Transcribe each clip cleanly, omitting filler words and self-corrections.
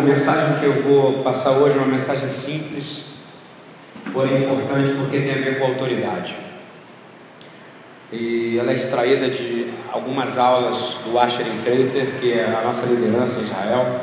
mensagem que eu vou passar hoje é uma mensagem simples, porém importante, porque tem a ver com autoridade. E ela é extraída de algumas aulas do Asher Treiter, que é a nossa liderança em Israel,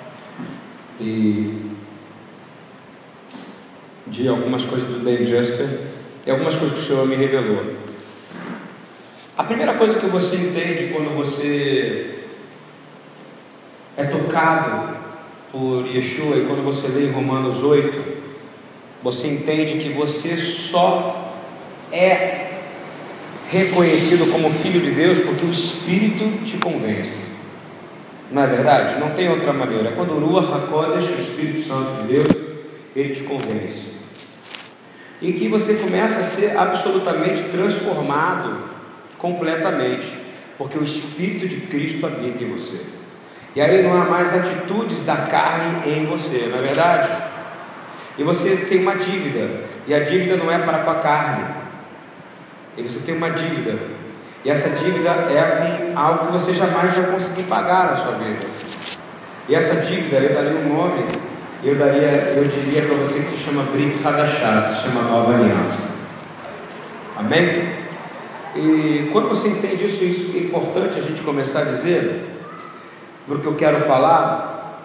de algumas coisas do Dan Juster e algumas coisas que o Senhor me revelou. A primeira coisa que você entende quando você é tocado por Yeshua, e quando você lê em Romanos 8, você entende que você só é reconhecido como filho de Deus porque o Espírito te convence. Não é verdade? Não tem outra maneira. Quando o Ruach HaKodesh, o Espírito Santo de Deus, ele te convence, e que você começa a ser absolutamente transformado completamente, porque o Espírito de Cristo habita em você. E aí não há mais atitudes da carne em você, não é verdade? E você tem uma dívida, e a dívida não é para com a carne, e você tem uma dívida, e essa dívida é com algo que você jamais vai conseguir pagar na sua vida. E essa dívida, eu daria um nome, eu diria para você que se chama Brit Hadashah, se chama Nova Aliança. Amém? E quando você entende isso, isso é importante a gente começar a dizer, porque eu quero falar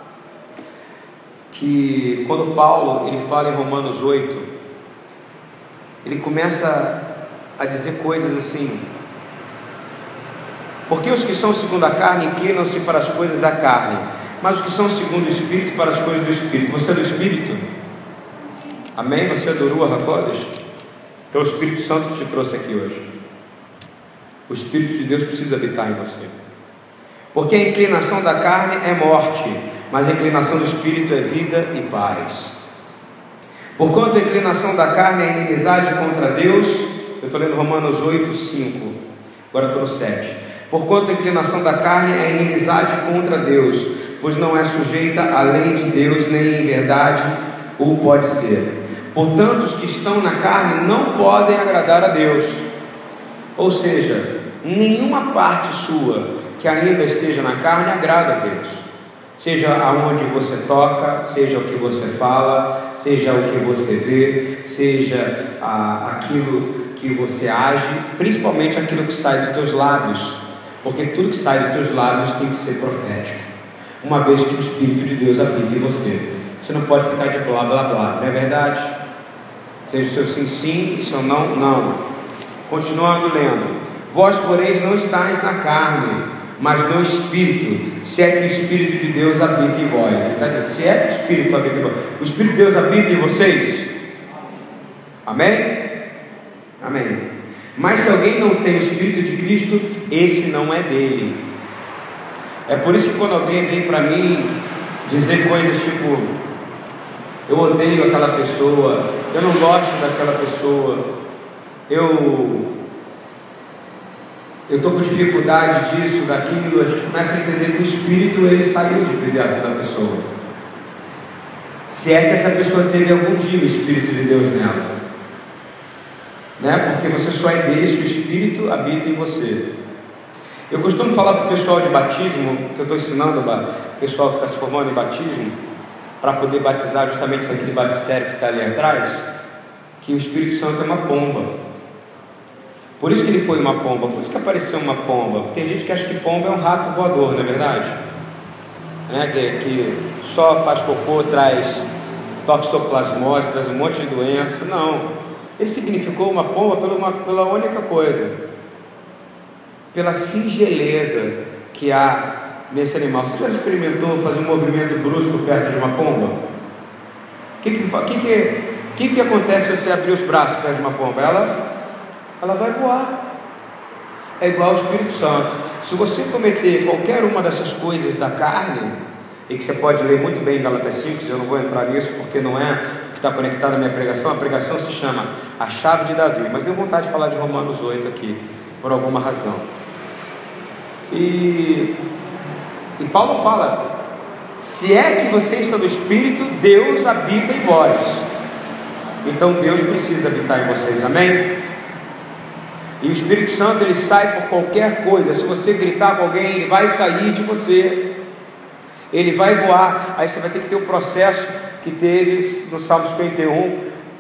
que quando Paulo ele fala em Romanos 8, ele começa a dizer coisas assim: porque os que são segundo a carne inclinam-se para as coisas da carne, mas os que são segundo o Espírito para as coisas do Espírito. Você é do Espírito? Amém? Você é do Ruach HaKodesh? Então o Espírito Santo que te trouxe aqui hoje. O Espírito de Deus precisa habitar em você. Porque a inclinação da carne é morte, mas a inclinação do Espírito é vida e paz. Porquanto a inclinação da carne é inimizade contra Deus. Eu estou lendo Romanos 8, 5. Agora estou no 7. Porquanto a inclinação da carne é inimizade contra Deus, pois não é sujeita à lei de Deus, nem em verdade o pode ser. Portanto, os que estão na carne não podem agradar a Deus. Ou seja, nenhuma parte sua que ainda esteja na carne agrada a Deus. Seja aonde você toca, seja o que você fala, seja o que você vê, seja aquilo que você age, principalmente aquilo que sai dos teus lábios, porque tudo que sai dos teus lábios tem que ser profético, uma vez que o Espírito de Deus habita em você. Você não pode ficar de blá blá blá, não é verdade? Seja o seu sim sim e seu não não. Continuando lendo: vós porém não estáis na carne, mas no Espírito, se é que o Espírito de Deus habita em vós. Ele está dizendo, se é que o Espírito habita em vós. O Espírito de Deus habita em vocês? Amém? Amém. Mas se alguém não tem o Espírito de Cristo, esse não é dele. É por isso que quando alguém vem para mim dizer coisas tipo: eu odeio aquela pessoa, eu não gosto daquela pessoa, eu estou com dificuldade disso, daquilo, a gente começa a entender que o Espírito ele saiu de dentro da pessoa. Se é que essa pessoa teve algum dia o Espírito de Deus nela, né? Porque você só é dele se o Espírito habita em você. Eu costumo falar para o pessoal de batismo, que eu estou ensinando o pessoal que está se formando em batismo, para poder batizar justamente naquele batistério que está ali atrás, que o Espírito Santo é uma pomba. Por isso que ele foi uma pomba, por isso que apareceu uma pomba. Tem gente que acha que pomba é um rato voador, não é verdade? Que só faz cocô, traz toxoplasmose, traz um monte de doença. Não, ele significou uma pomba pela única coisa, pela singeleza que há nesse animal. Você já experimentou fazer um movimento brusco perto de uma pomba? O que acontece se você abrir os braços perto de uma pomba? Ela vai voar. É igual ao Espírito Santo. Se você cometer qualquer uma dessas coisas da carne, e que você pode ler muito bem em Gálatas 5, eu não vou entrar nisso porque não é o que está conectado à minha pregação. A pregação se chama A Chave de Davi, mas deu vontade de falar de Romanos 8 aqui, por alguma razão. E Paulo fala: se é que vocês são do Espírito, Deus habita em vós. Então Deus precisa habitar em vocês, amém? E o Espírito Santo ele sai por qualquer coisa. Se você gritar com alguém, ele vai sair de você. Ele vai voar. Aí você vai ter que ter o processo que teve no Salmo 51,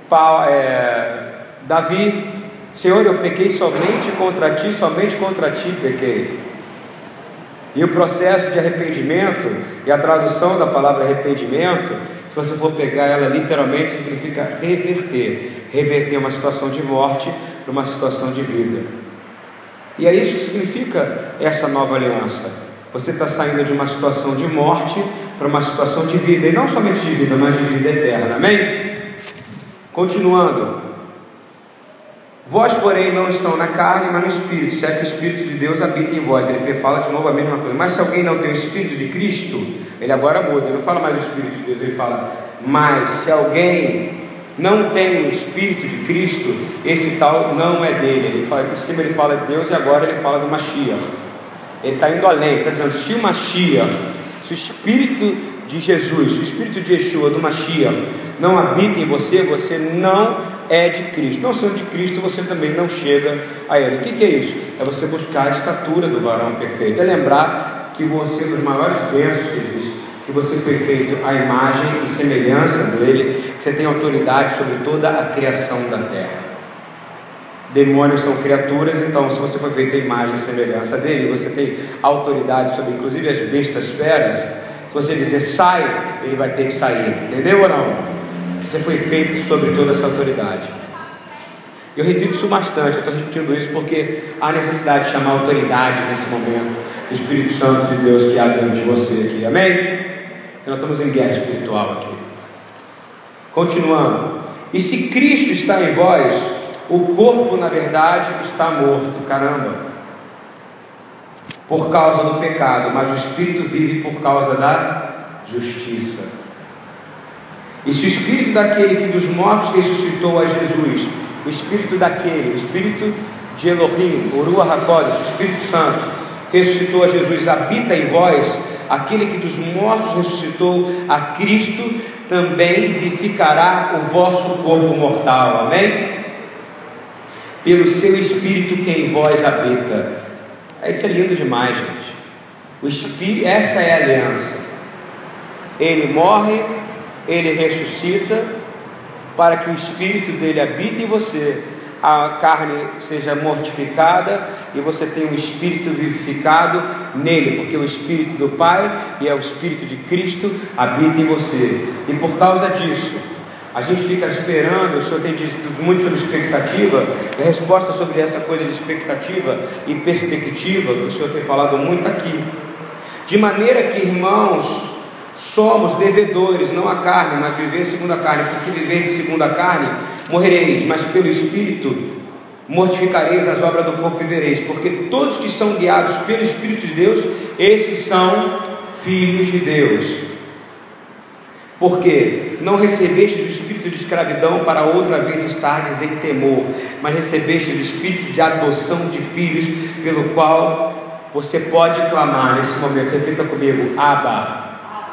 Davi: Senhor, eu pequei somente contra ti pequei. E o processo de arrependimento, e a tradução da palavra arrependimento, se você for pegar ela literalmente, significa reverter uma situação de morte para uma situação de vida. E é isso que significa essa nova aliança. Você está saindo de uma situação de morte para uma situação de vida, e não somente de vida, mas de vida eterna, amém? Continuando: vós, porém, não estão na carne, mas no Espírito, se é que o Espírito de Deus habita em vós. Ele fala de novo a mesma coisa. Mas se alguém não tem o Espírito de Cristo, ele agora muda, ele não fala mais do Espírito de Deus, ele fala: mas se alguém não tem o Espírito de Cristo, esse tal não é dele. Ele fala, por cima ele fala de Deus, e agora ele fala do Mashiach. Ele está indo além, ele está dizendo: se o Mashiach, se o Espírito de Jesus, se o Espírito de Yeshua, do Mashiach, não habita em você, você não é de Cristo. Não sendo de Cristo, você também não chega a Ele. O que é isso? É você buscar a estatura do varão perfeito. É lembrar que você é um dos maiores bênçãos que existe, que você foi feito à imagem e semelhança dele, que você tem autoridade sobre toda a criação da terra. Demônios são criaturas, então se você foi feito à imagem e semelhança dele, você tem autoridade sobre inclusive as bestas feras. Se você dizer sai, ele vai ter que sair, entendeu ou não? Você foi feito sobre toda essa autoridade. Eu repito isso bastante, eu estou repetindo isso porque há necessidade de chamar autoridade nesse momento, do Espírito Santo de Deus que há dentro de você aqui, amém? Porque nós estamos em guerra espiritual aqui. Continuando: e se Cristo está em vós, o corpo na verdade está morto, caramba, por causa do pecado, mas o Espírito vive por causa da justiça. E se o Espírito daquele que dos mortos ressuscitou a Jesus, o Espírito daquele, o Espírito de Elohim, o Ruach HaKodesh, o Espírito Santo, que ressuscitou a Jesus, habita em vós, aquele que dos mortos ressuscitou a Cristo, também vivificará o vosso corpo mortal, amém? Pelo seu Espírito que em vós habita. Isso é lindo demais, gente. O Espírito, essa é a aliança. Ele morre, ele ressuscita, para que o Espírito dele habite em você, a carne seja mortificada e você tenha um Espírito vivificado nele, porque o Espírito do Pai e é o Espírito de Cristo habita em você. E por causa disso, a gente fica esperando. O Senhor tem dito muito sobre expectativa, e a resposta sobre essa coisa de expectativa e perspectiva, que o Senhor tem falado muito aqui, de maneira que, irmãos, somos devedores, não a carne, mas viver segundo a carne, porque viver segundo a carne, morrereis, mas pelo Espírito mortificareis as obras do corpo e vivereis, porque todos que são guiados pelo Espírito de Deus, esses são filhos de Deus. Porque não recebestes o espírito de escravidão para outra vez estardes em temor, mas recebestes o espírito de adoção de filhos, pelo qual você pode clamar nesse momento. Repita comigo: Abba.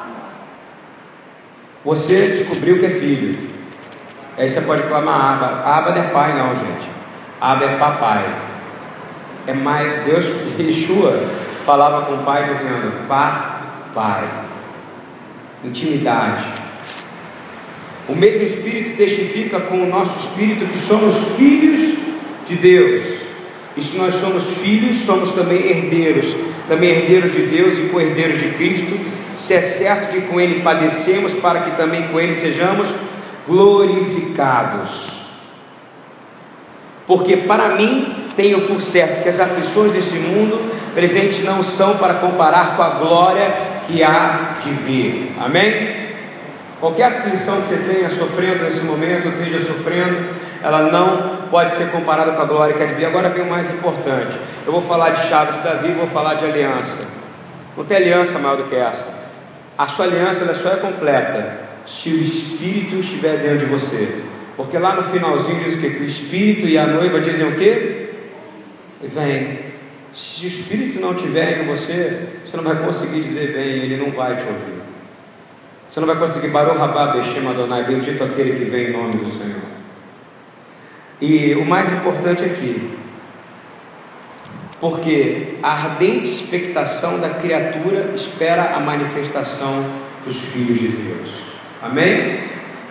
Você descobriu que é filho, aí você pode clamar Abba. Abba não é pai não, gente. Abba é papai, é mãe. Deus, Yeshua, falava com o pai dizendo papai. Intimidade. O mesmo Espírito testifica com o nosso espírito que somos filhos de Deus. E se nós somos filhos, somos também herdeiros de Deus e co-herdeiros de Cristo, se é certo que com Ele padecemos, para que também com Ele sejamos glorificados. Porque para mim tenho por certo que as aflições desse mundo presente não são para comparar com a glória que há de vir. Amém? Qualquer aflição que você tenha sofrendo nesse momento, ou esteja sofrendo, ela não pode ser comparada com a glória que há de vir. Agora vem o mais importante. Eu vou falar de chaves de Davi, vou falar de aliança. Não tem aliança maior do que essa. A sua aliança, ela só é completa se o Espírito estiver dentro de você. Porque lá no finalzinho diz o quê? Que o Espírito e a noiva dizem o quê? Vem. Se o Espírito não estiver em você, você não vai conseguir dizer vem, ele não vai te ouvir. Você não vai conseguir Baruch Haba Beshem Adonai, bendito aquele que vem em nome do Senhor. E o mais importante aqui, porque a ardente expectação da criatura espera a manifestação dos filhos de Deus. Amém?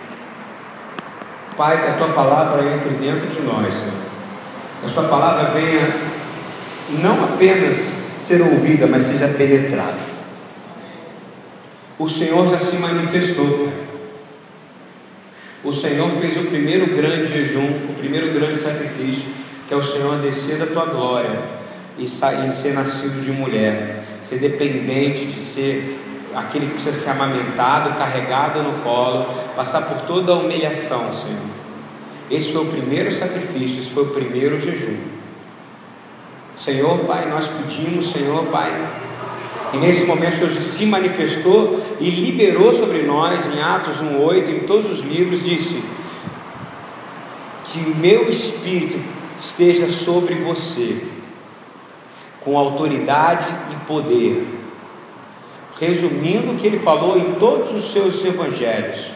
Pai, que a Tua palavra entre dentro de nós, Senhor. Que a Sua palavra venha não apenas ser ouvida, mas seja penetrada. O Senhor já se manifestou, Pai. O Senhor fez o primeiro grande jejum, o primeiro grande sacrifício, que é o Senhor descer da Tua glória e ser nascido de mulher, ser dependente, de ser aquele que precisa ser amamentado, carregado no colo, passar por toda a humilhação, Senhor. Esse foi o primeiro sacrifício, esse foi o primeiro jejum. Senhor, Pai, nós pedimos, Senhor, Pai, e nesse momento o Senhor se manifestou e liberou sobre nós, em Atos 1:8, em todos os livros, disse: que o meu Espírito esteja sobre você, com autoridade e poder. Resumindo o que ele falou em todos os seus evangelhos,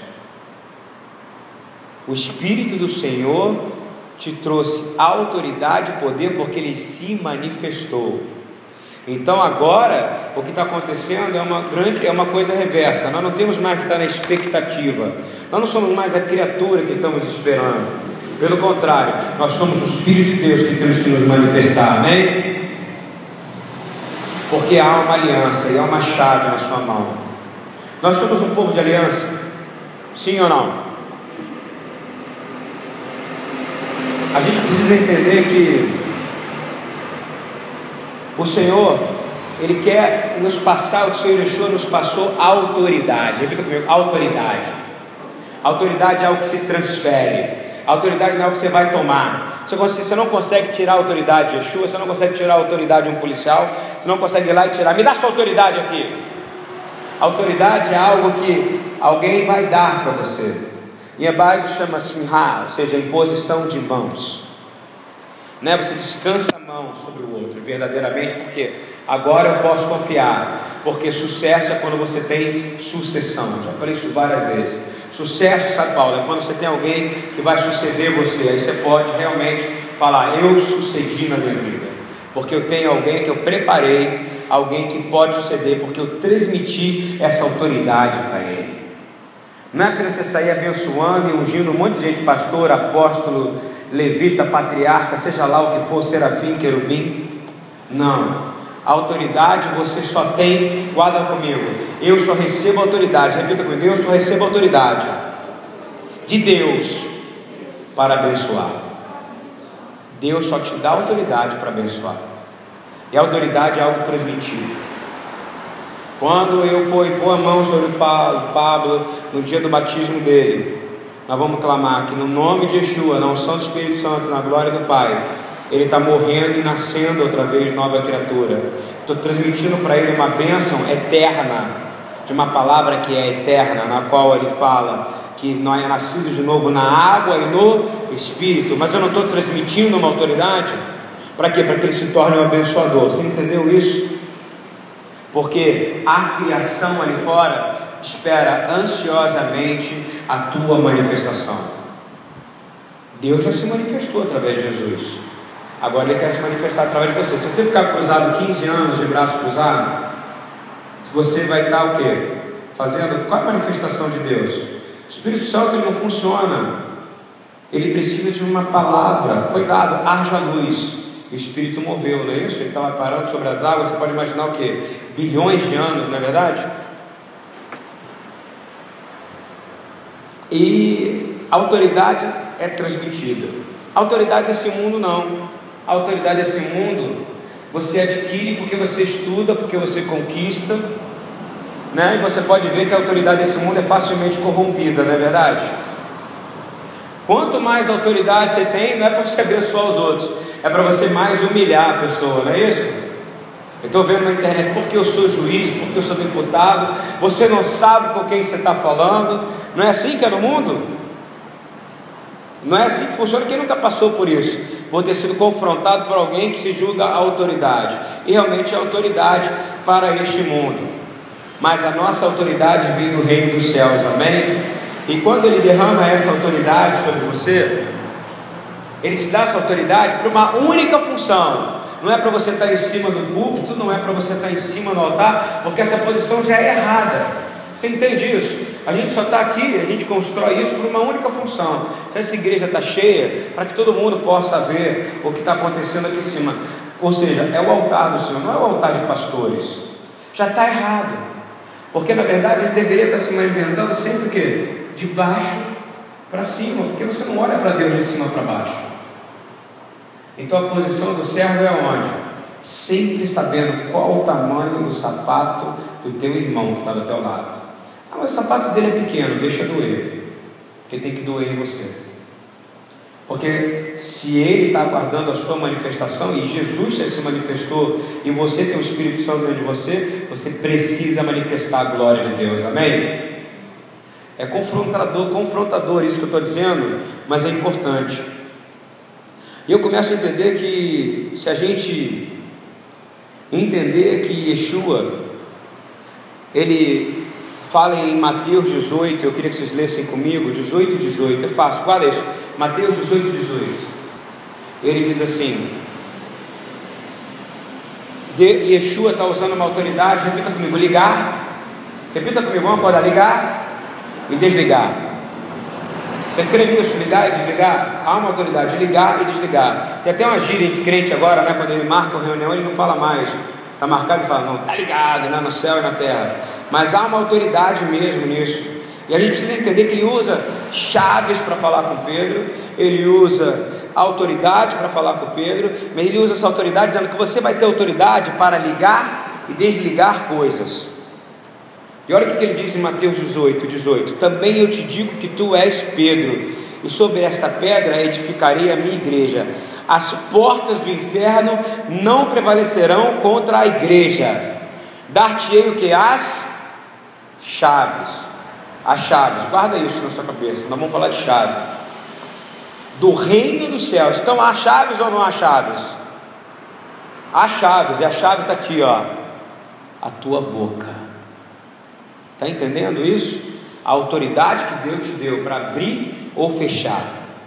o Espírito do Senhor te trouxe autoridade e poder porque ele se manifestou. Então agora o que está acontecendo é uma coisa reversa. Nós não temos mais que estar na expectativa, nós não somos mais a criatura que estamos esperando, pelo contrário, nós somos os filhos de Deus que temos que nos manifestar. Amém? Porque há uma aliança e há uma chave na sua mão. Nós somos um povo de aliança, sim ou não? A gente precisa entender que o Senhor, Ele quer nos passar, o Senhor Yeshua nos passou autoridade. Repita comigo, autoridade. Autoridade é algo que se transfere. Autoridade não é algo que você vai tomar. Você não consegue tirar a autoridade de Yeshua, você não consegue tirar a autoridade de um policial, você não consegue ir lá e tirar. Me dá sua autoridade aqui. Autoridade é algo que alguém vai dar para você. Em hebraico chama simha, ou seja, imposição de mãos. Né? Você descansa a mão sobre o outro, verdadeiramente, porque agora eu posso confiar. Porque sucesso é quando você tem sucessão. Já falei isso várias vezes. Sucesso, sabe, Paulo, é quando você tem alguém que vai suceder você. Aí você pode realmente falar: eu sucedi na minha vida, porque eu tenho alguém que eu preparei, alguém que pode suceder, porque eu transmiti essa autoridade para ele. Não é apenas você sair abençoando e ungindo um monte de gente, pastor, apóstolo, levita, patriarca, seja lá o que for, serafim, querubim. Não. A autoridade você só tem, guarda comigo, eu só recebo autoridade, repita comigo, eu só recebo autoridade de Deus para abençoar. Deus só te dá autoridade para abençoar, e a autoridade é algo transmitido. Quando eu fui pôr a mão sobre o Pablo no dia do batismo dele, nós vamos clamar que no nome de Yeshua, na unção do Espírito Santo, na glória do Pai, ele está morrendo e nascendo outra vez nova criatura. Estou transmitindo para ele uma bênção eterna, de uma palavra que é eterna, na qual ele fala que nós é nascido de novo na água e no Espírito. Mas eu não estou transmitindo uma autoridade. Para quê? Para que ele se torne um abençoador. Você entendeu isso? Porque a criação ali fora espera ansiosamente a tua manifestação. Deus já se manifestou através de Jesus. Agora Ele quer se manifestar através de você. Se você ficar cruzado 15 anos de braço cruzado, você vai estar o quê? Fazendo qual é a manifestação de Deus? O Espírito Santo ele não funciona. Ele precisa de uma palavra. Foi dado, haja luz. E o Espírito moveu, não é isso? Ele estava parando sobre as águas. Você pode imaginar o quê? Bilhões de anos, não é verdade? E a autoridade é transmitida. A autoridade desse mundo não. A autoridade desse mundo você adquire porque você estuda, porque você conquista, né? E você pode ver que a autoridade desse mundo é facilmente corrompida, não é verdade? Quanto mais autoridade você tem, não é para você abençoar os outros, é para você mais humilhar a pessoa, não é isso? Eu estou vendo na internet, porque eu sou juiz, porque eu sou deputado, você não sabe com quem você está falando. Não é assim que é no mundo? Não é assim que funciona. Quem nunca passou por isso? Por ter sido confrontado por alguém que se julga autoridade, e realmente é autoridade para este mundo. Mas a nossa autoridade vem do reino dos céus, amém? E quando Ele derrama essa autoridade sobre você, Ele te dá essa autoridade para uma única função: não é para você estar em cima do púlpito, não é para você estar em cima do altar, porque essa posição já é errada. Você entende isso? A gente só está aqui, a gente constrói isso por uma única função. Se essa igreja está cheia, para que todo mundo possa ver o que está acontecendo aqui em cima. Ou seja, é o altar do Senhor, não é o altar de pastores. Já está errado, porque na verdade ele deveria estar se movimentando sempre o quê? De baixo para cima, porque você não olha para Deus de cima para baixo. Então a posição do servo é onde? Sempre sabendo qual o tamanho do sapato do teu irmão que está do teu lado. Ah, mas o sapato dele é pequeno, deixa doer, porque tem que doer em você. Porque se ele está aguardando a sua manifestação, e Jesus já se manifestou, e você tem o Espírito Santo dentro de você, você precisa manifestar a glória de Deus, amém? É confrontador isso que eu estou dizendo, mas é importante. E eu começo a entender que, se a gente entender que Yeshua, ele fala em Mateus 18, eu queria que vocês lessem comigo, 18 e 18, é fácil, guarda isso, Mateus 18 e 18, ele diz assim, Yeshua está usando uma autoridade, repita comigo, vamos acordar, ligar e desligar. Você crê nisso, ligar e desligar? Há uma autoridade de ligar e desligar. Tem até uma gíria entre crente agora, né? Quando ele marca uma reunião, ele não fala mais, está marcado e fala, não, está ligado, né? No céu e na terra. Mas há uma autoridade mesmo nisso. E a gente precisa entender que ele usa chaves para falar com Pedro, ele usa autoridade para falar com Pedro, mas ele usa essa autoridade dizendo que você vai ter autoridade para ligar e desligar coisas. E olha o que ele diz em Mateus 18, também eu te digo que tu és Pedro, e sobre esta pedra edificarei a minha igreja, as portas do inferno não prevalecerão contra a igreja, dar-te-ei o que? As chaves, guarda isso na sua cabeça, nós vamos falar de chave, do reino dos céus. Então há chaves ou não há chaves? Há chaves, e a chave está aqui, ó, a tua boca. Está entendendo isso? A autoridade que Deus te deu para abrir ou fechar.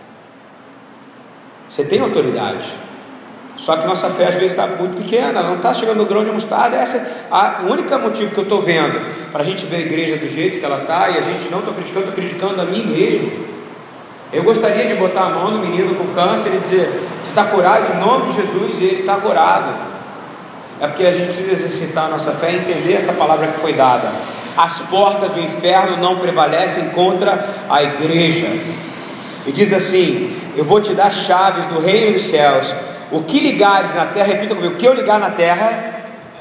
Você tem autoridade. Só que nossa fé às vezes está muito pequena, não está chegando no grão de mostarda. Essa é o único motivo que eu estou vendo para a gente ver a igreja do jeito que ela está. E a gente não está criticando, estou criticando a mim mesmo. Eu gostaria de botar a mão no menino com câncer e dizer, você está curado em nome de Jesus, e ele está curado. É porque a gente precisa exercitar a nossa fé e entender essa palavra que foi dada. As portas do inferno não prevalecem contra a igreja. E diz assim, eu vou te dar chaves do reino dos céus. O que ligares na terra, repita comigo, o que eu ligar na terra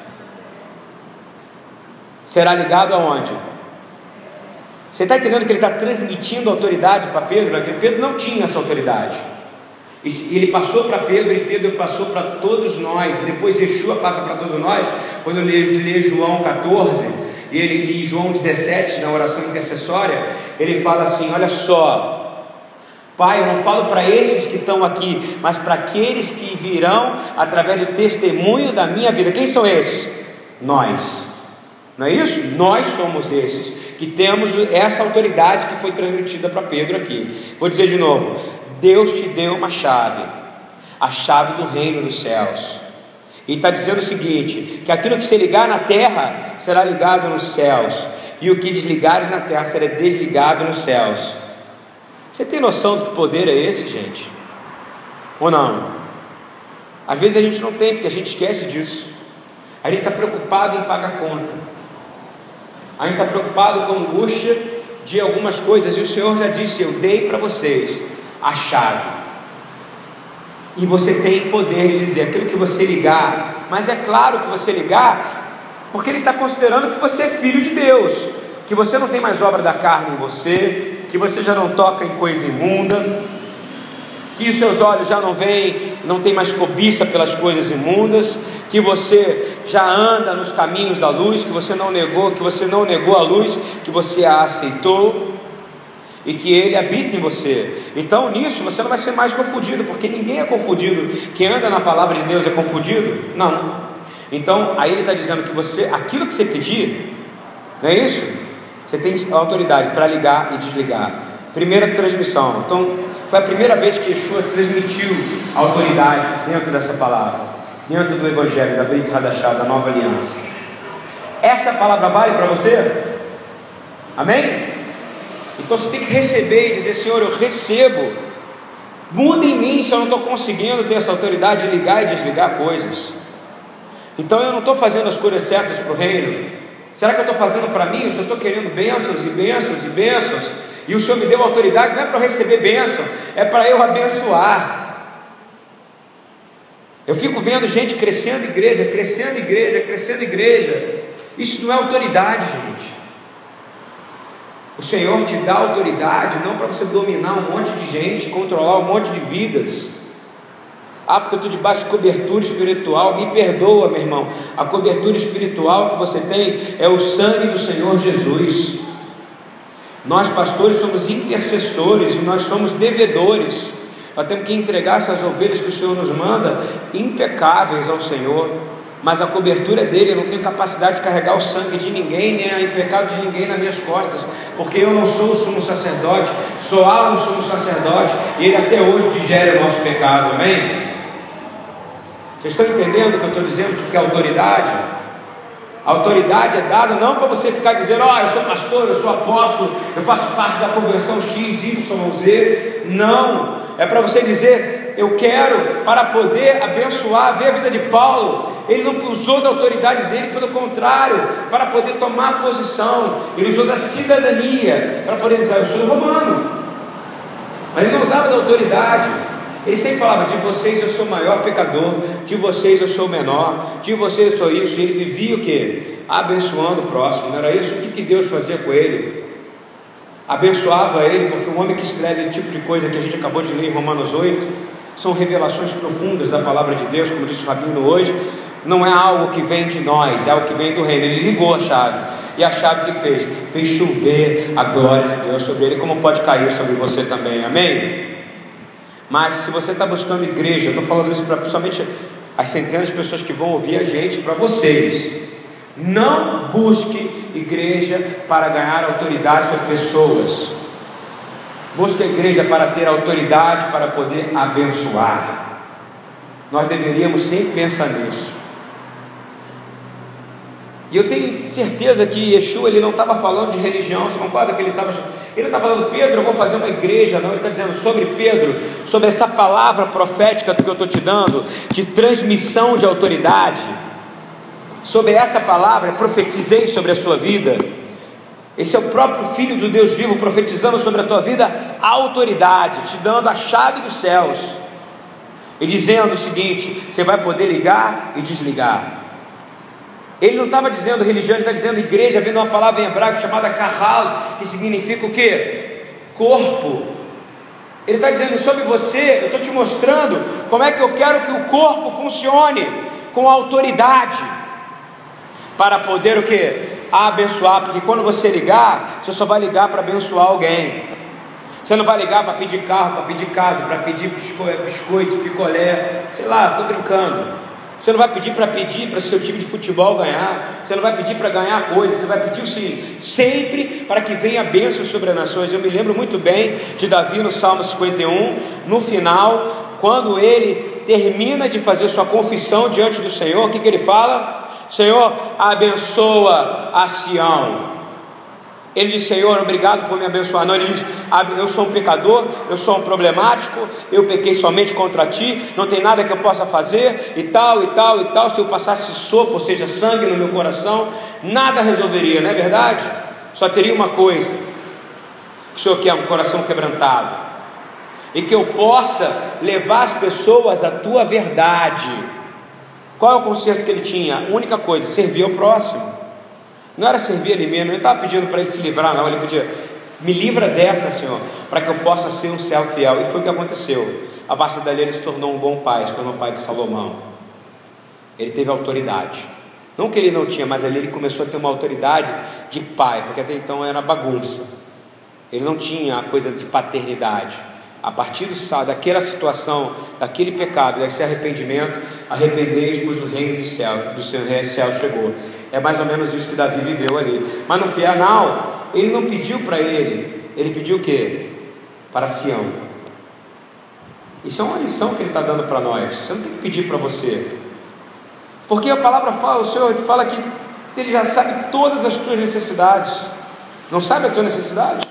será ligado aonde? Você está entendendo que ele está transmitindo autoridade para Pedro? Porque Pedro não tinha essa autoridade. E ele passou para Pedro, e Pedro passou para todos nós, e depois Yeshua passa para todos nós. Quando eu leio João 14, e ele em João 17, na oração intercessória, ele fala assim, olha só, Pai, eu não falo para esses que estão aqui, mas para aqueles que virão através do testemunho da minha vida. Quem são esses? Nós. Não é isso? Nós somos esses que temos essa autoridade que foi transmitida para Pedro aqui. Vou dizer de novo, Deus te deu uma chave, a chave do reino dos céus, e está dizendo o seguinte, que aquilo que se ligar na terra será ligado nos céus, e o que desligares na terra será desligado nos céus. Você tem noção do que poder é esse, gente? Ou não? Às vezes a gente não tem, porque a gente esquece disso. A gente está preocupado em pagar conta, a gente está preocupado com a angústia de algumas coisas, e o Senhor já disse, eu dei para vocês a chave, e você tem poder de dizer aquilo que você ligar. Mas é claro que você ligar, porque Ele está considerando que você é filho de Deus, que você não tem mais obra da carne em você, que você já não toca em coisa imunda, que os seus olhos já não veem, não tem mais cobiça pelas coisas imundas, que você já anda nos caminhos da luz, que você não negou a luz, que você a aceitou, e que Ele habita em você. Então nisso você não vai ser mais confundido, porque ninguém é confundido. Quem anda na palavra de Deus é confundido? Não. Então aí Ele está dizendo que você, aquilo que você pedir, não é isso? Você tem autoridade para ligar e desligar. Primeira transmissão. Então foi a primeira vez que Yeshua transmitiu autoridade dentro dessa palavra. dentro do Evangelho, da Brit Hadashah, da Nova Aliança. Essa palavra vale para você? Amém? Então você tem que receber e dizer: Senhor, eu recebo, muda em mim se eu não estou conseguindo ter essa autoridade de ligar e desligar coisas. Então eu não estou fazendo as coisas certas para o reino. Será que eu estou fazendo para mim? Eu estou querendo bênçãos e bênçãos e bênçãos, e o Senhor me deu autoridade, não é para eu receber bênção, é para eu abençoar. Eu fico vendo gente crescendo igreja, crescendo igreja, crescendo igreja. Isso não é autoridade, gente. O Senhor te dá autoridade não para você dominar um monte de gente, controlar um monte de vidas. Ah, porque eu estou debaixo de cobertura espiritual. Me perdoa, meu irmão. A cobertura espiritual que você tem é o sangue do Senhor Jesus. Nós pastores somos intercessores e nós somos devedores. Nós temos que entregar essas ovelhas que o Senhor nos manda impecáveis ao Senhor. Mas a cobertura é dele. Eu não tenho capacidade de carregar o sangue de ninguém, nem o pecado de ninguém nas minhas costas, porque eu não sou o sumo sacerdote, só há um sumo sacerdote, e ele até hoje digere o nosso pecado. Amém? Vocês estão entendendo o que eu estou dizendo? O que é autoridade? A autoridade é dada não para você ficar dizendo: eu sou pastor, eu sou apóstolo, eu faço parte da convenção X, Y, Z. Não, é para você dizer: eu quero, para poder abençoar. Ver a vida de Paulo, ele não usou da autoridade dele, pelo contrário, para poder tomar posição, ele usou da cidadania, para poder dizer: eu sou romano. Mas ele não usava da autoridade. Ele sempre falava: de vocês eu sou o maior pecador, de vocês eu sou o menor, de vocês eu sou isso. E ele vivia o quê? Abençoando o próximo. Não era isso? O que Deus fazia com ele? Abençoava ele, porque o homem que escreve esse tipo de coisa que a gente acabou de ler em Romanos 8 são revelações profundas da palavra de Deus, como disse o Rabino hoje. Não é algo que vem de nós, é algo que vem do reino. Ele ligou a chave, e a chave que fez? Fez chover a glória de Deus sobre ele, como pode cair sobre você também. Amém? Mas se você está buscando igreja, eu estou falando isso para principalmente as centenas de pessoas que vão ouvir a gente, para vocês: não busque igreja para ganhar autoridade sobre pessoas. Busque a igreja para ter autoridade, para poder abençoar. Nós deveríamos sempre pensar nisso. E eu tenho certeza que Yeshua, ele não estava falando de religião. Você concorda que ele não está falando: Pedro, eu vou fazer uma igreja. Não, ele está dizendo sobre Pedro, sobre essa palavra profética que eu estou te dando, de transmissão de autoridade. Sobre essa palavra, eu profetizei sobre a sua vida. Esse é o próprio Filho do Deus vivo profetizando sobre a tua vida a autoridade, te dando a chave dos céus e dizendo o seguinte: você vai poder ligar e desligar. Ele não estava dizendo religião, ele está dizendo igreja, vendo uma palavra em hebraico chamada kahal, que significa o quê? Corpo. Ele está dizendo: sobre você, eu estou te mostrando como é que eu quero que o corpo funcione com autoridade, para poder o quê? Abençoar. Porque quando você ligar, você só vai ligar para abençoar alguém. Você não vai ligar para pedir carro, para pedir casa, para pedir biscoito, picolé, sei lá, estou brincando. Você não vai pedir para seu time de futebol ganhar. Você não vai pedir para ganhar coisas. Você vai pedir o seguinte: sempre para que venha bênção sobre as nações. Eu me lembro muito bem de Davi no Salmo 51, no final, quando ele termina de fazer sua confissão diante do Senhor. O que ele fala? Senhor, abençoa a Sião. Ele diz: Senhor, obrigado por me abençoar. Não, ele diz: eu sou um pecador, eu sou um problemático, eu pequei somente contra ti, não tem nada que eu possa fazer, e tal, e tal, e tal. Se eu passasse sopa, ou seja, sangue no meu coração, nada resolveria, não é verdade? Só teria uma coisa: que o Senhor quer um coração quebrantado, e que eu possa levar as pessoas à tua verdade. Qual é o conserto que ele tinha? A única coisa: servir ao próximo. Não era servir ele mesmo, ele não estava pedindo para ele se livrar, não. Ele pedia: me livra dessa, Senhor, para que eu possa ser um servo fiel. E foi o que aconteceu. A partir dali ele se tornou um bom pai, se tornou pai de Salomão. Ele teve autoridade. Não que ele não tinha, mas ali ele começou a ter uma autoridade de pai, porque até então era bagunça. Ele não tinha a coisa de paternidade. A partir daquela situação, daquele pecado, desse arrependimento, arrependei-vos, pois o reino do céu chegou. É mais ou menos isso que Davi viveu ali. Mas no final, ele não pediu para ele pediu o quê? Para Sião. Isso é uma lição que ele está dando para nós. Você não tem que pedir para você. Porque a palavra fala, o Senhor fala que Ele já sabe todas as tuas necessidades. Não sabe a tua necessidade?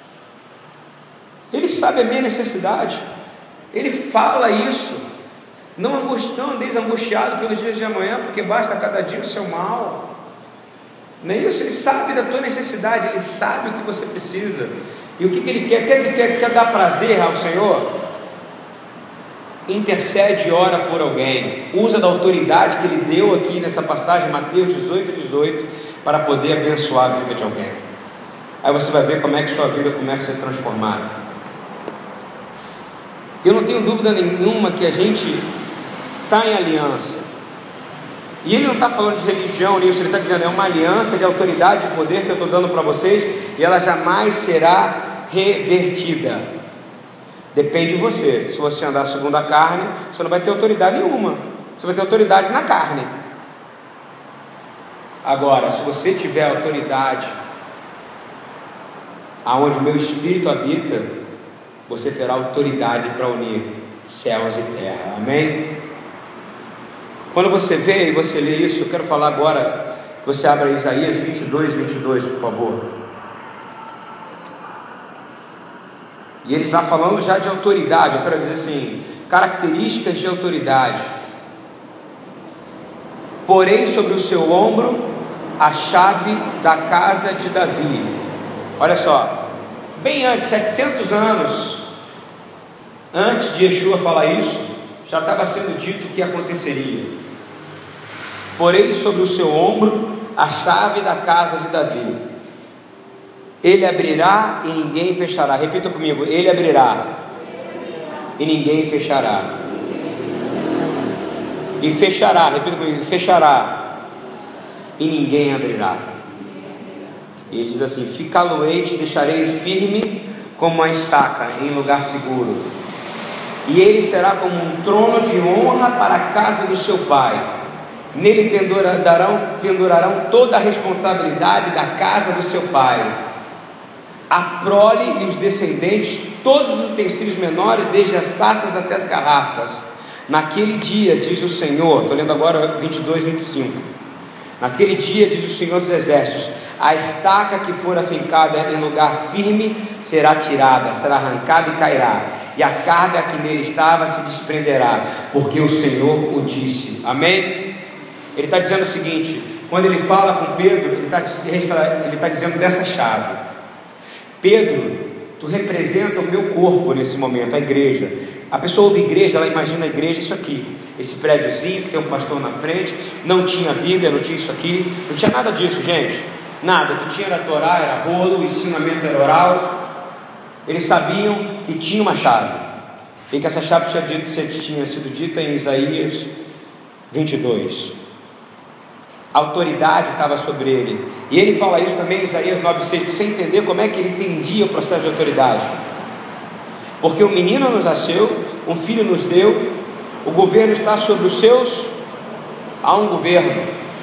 Ele sabe a minha necessidade. Ele fala isso. Não andeis angustiado pelos dias de amanhã, porque basta cada dia o seu mal. Não é isso? Ele sabe da tua necessidade, Ele sabe o que você precisa. E o que Ele quer? Ele quer dar prazer ao Senhor? Intercede e ora por alguém. Usa da autoridade que Ele deu aqui nessa passagem, Mateus 18, para poder abençoar a vida de alguém. Aí você vai ver como é que sua vida começa a ser transformada. Eu não tenho dúvida nenhuma que a gente está em aliança. E Ele não está falando de religião nisso, Ele está dizendo, é uma aliança de autoridade e poder que eu estou dando para vocês, e ela jamais será revertida. Depende de você. Se você andar segundo a carne, você não vai ter autoridade nenhuma. Você vai ter autoridade na carne. Agora, se você tiver autoridade aonde o meu Espírito habita, você terá autoridade para unir céus e terra. Amém? Quando você vê e você lê isso, eu quero falar agora, que você abra Isaías 22, por favor. E ele está falando já de autoridade, eu quero dizer assim, características de autoridade. Porém sobre o seu ombro a chave da casa de Davi. Olha só, bem antes, 700 anos antes de Yeshua falar isso, já estava sendo dito o que aconteceria. Porém sobre o seu ombro a chave da casa de Davi. Ele abrirá e ninguém fechará. Repita comigo, Ele abrirá e ninguém fechará. E fechará, repita comigo, fechará e ninguém abrirá. E ele diz assim, ficá-lo-ei, te deixarei firme como uma estaca em lugar seguro. E ele será como um trono de honra para a casa do seu pai. Nele pendurarão toda a responsabilidade da casa do seu pai, a prole e os descendentes, todos os utensílios menores, desde as taças até as garrafas. Naquele dia, diz o Senhor, estou lendo agora 22:25. Naquele dia, diz o Senhor dos Exércitos, a estaca que for afincada em lugar firme será tirada, será arrancada e cairá, e a carga que nele estava se desprenderá, porque o Senhor o disse. Amém? Ele está dizendo o seguinte, quando ele fala com Pedro, ele está dizendo dessa chave. Pedro, tu representa o meu corpo nesse momento, a igreja. A pessoa ouve igreja, ela imagina a igreja isso aqui, esse prédiozinho que tem um pastor na frente, não tinha Bíblia, não tinha isso aqui, não tinha nada disso, gente, nada. O que tinha era Torá, era rolo, o ensinamento era oral. Eles sabiam que tinha uma chave, e que essa chave tinha sido dita em Isaías 22. A autoridade estava sobre ele, e ele fala isso também em Isaías 9:6, para você entender como é que ele entendia o processo de autoridade. Porque um menino nos nasceu, um filho nos deu, o governo está sobre os seus. Há um governo,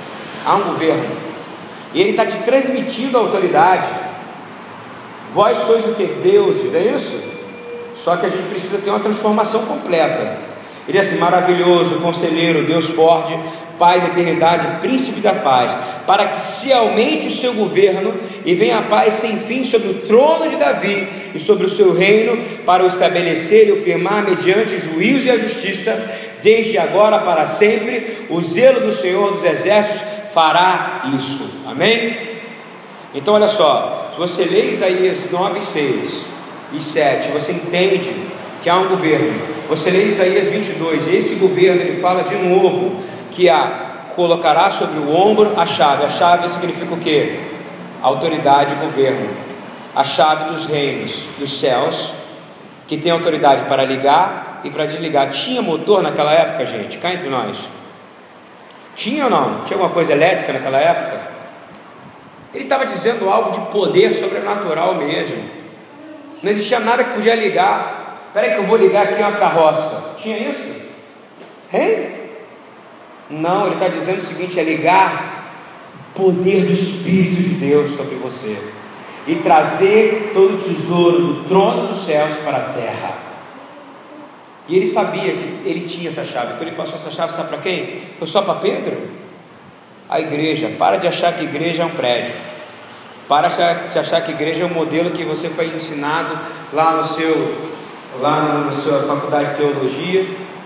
e ele está te transmitindo a autoridade. Vós sois o que? Deuses, não é isso? Só que a gente precisa ter uma transformação completa. Ele é assim, maravilhoso, conselheiro, Deus forte, Pai da eternidade, príncipe da paz, para que se aumente o seu governo e venha a paz sem fim sobre o trono de Davi e sobre o seu reino, para o estabelecer e o firmar mediante o juízo e a justiça, desde agora para sempre. O zelo do Senhor dos Exércitos fará isso. Amém? Então olha só, se você lê Isaías 9:6 e 7, você entende que há um governo. Você lê Isaías 22, e esse governo ele fala de novo que colocará sobre o ombro a chave. A chave significa o quê? Autoridade e governo. A chave dos reinos dos céus, que tem autoridade para ligar e para desligar. Tinha motor naquela época, gente? Cá entre nós, tinha ou não? Tinha alguma coisa elétrica naquela época? Ele estava dizendo algo de poder sobrenatural mesmo. Não existia nada que podia ligar. Espera aí que eu vou ligar aqui uma carroça. Tinha isso? Hein? Não, ele está dizendo o seguinte, é ligar o poder do Espírito de Deus sobre você e trazer todo o tesouro do trono dos céus para a terra. E ele sabia que ele tinha essa chave, então ele passou essa chave, sabe para quem? Foi só para Pedro? A igreja. Para de achar que igreja é um prédio. Para de achar que igreja é um modelo que você foi ensinado lá na sua faculdade de teologia.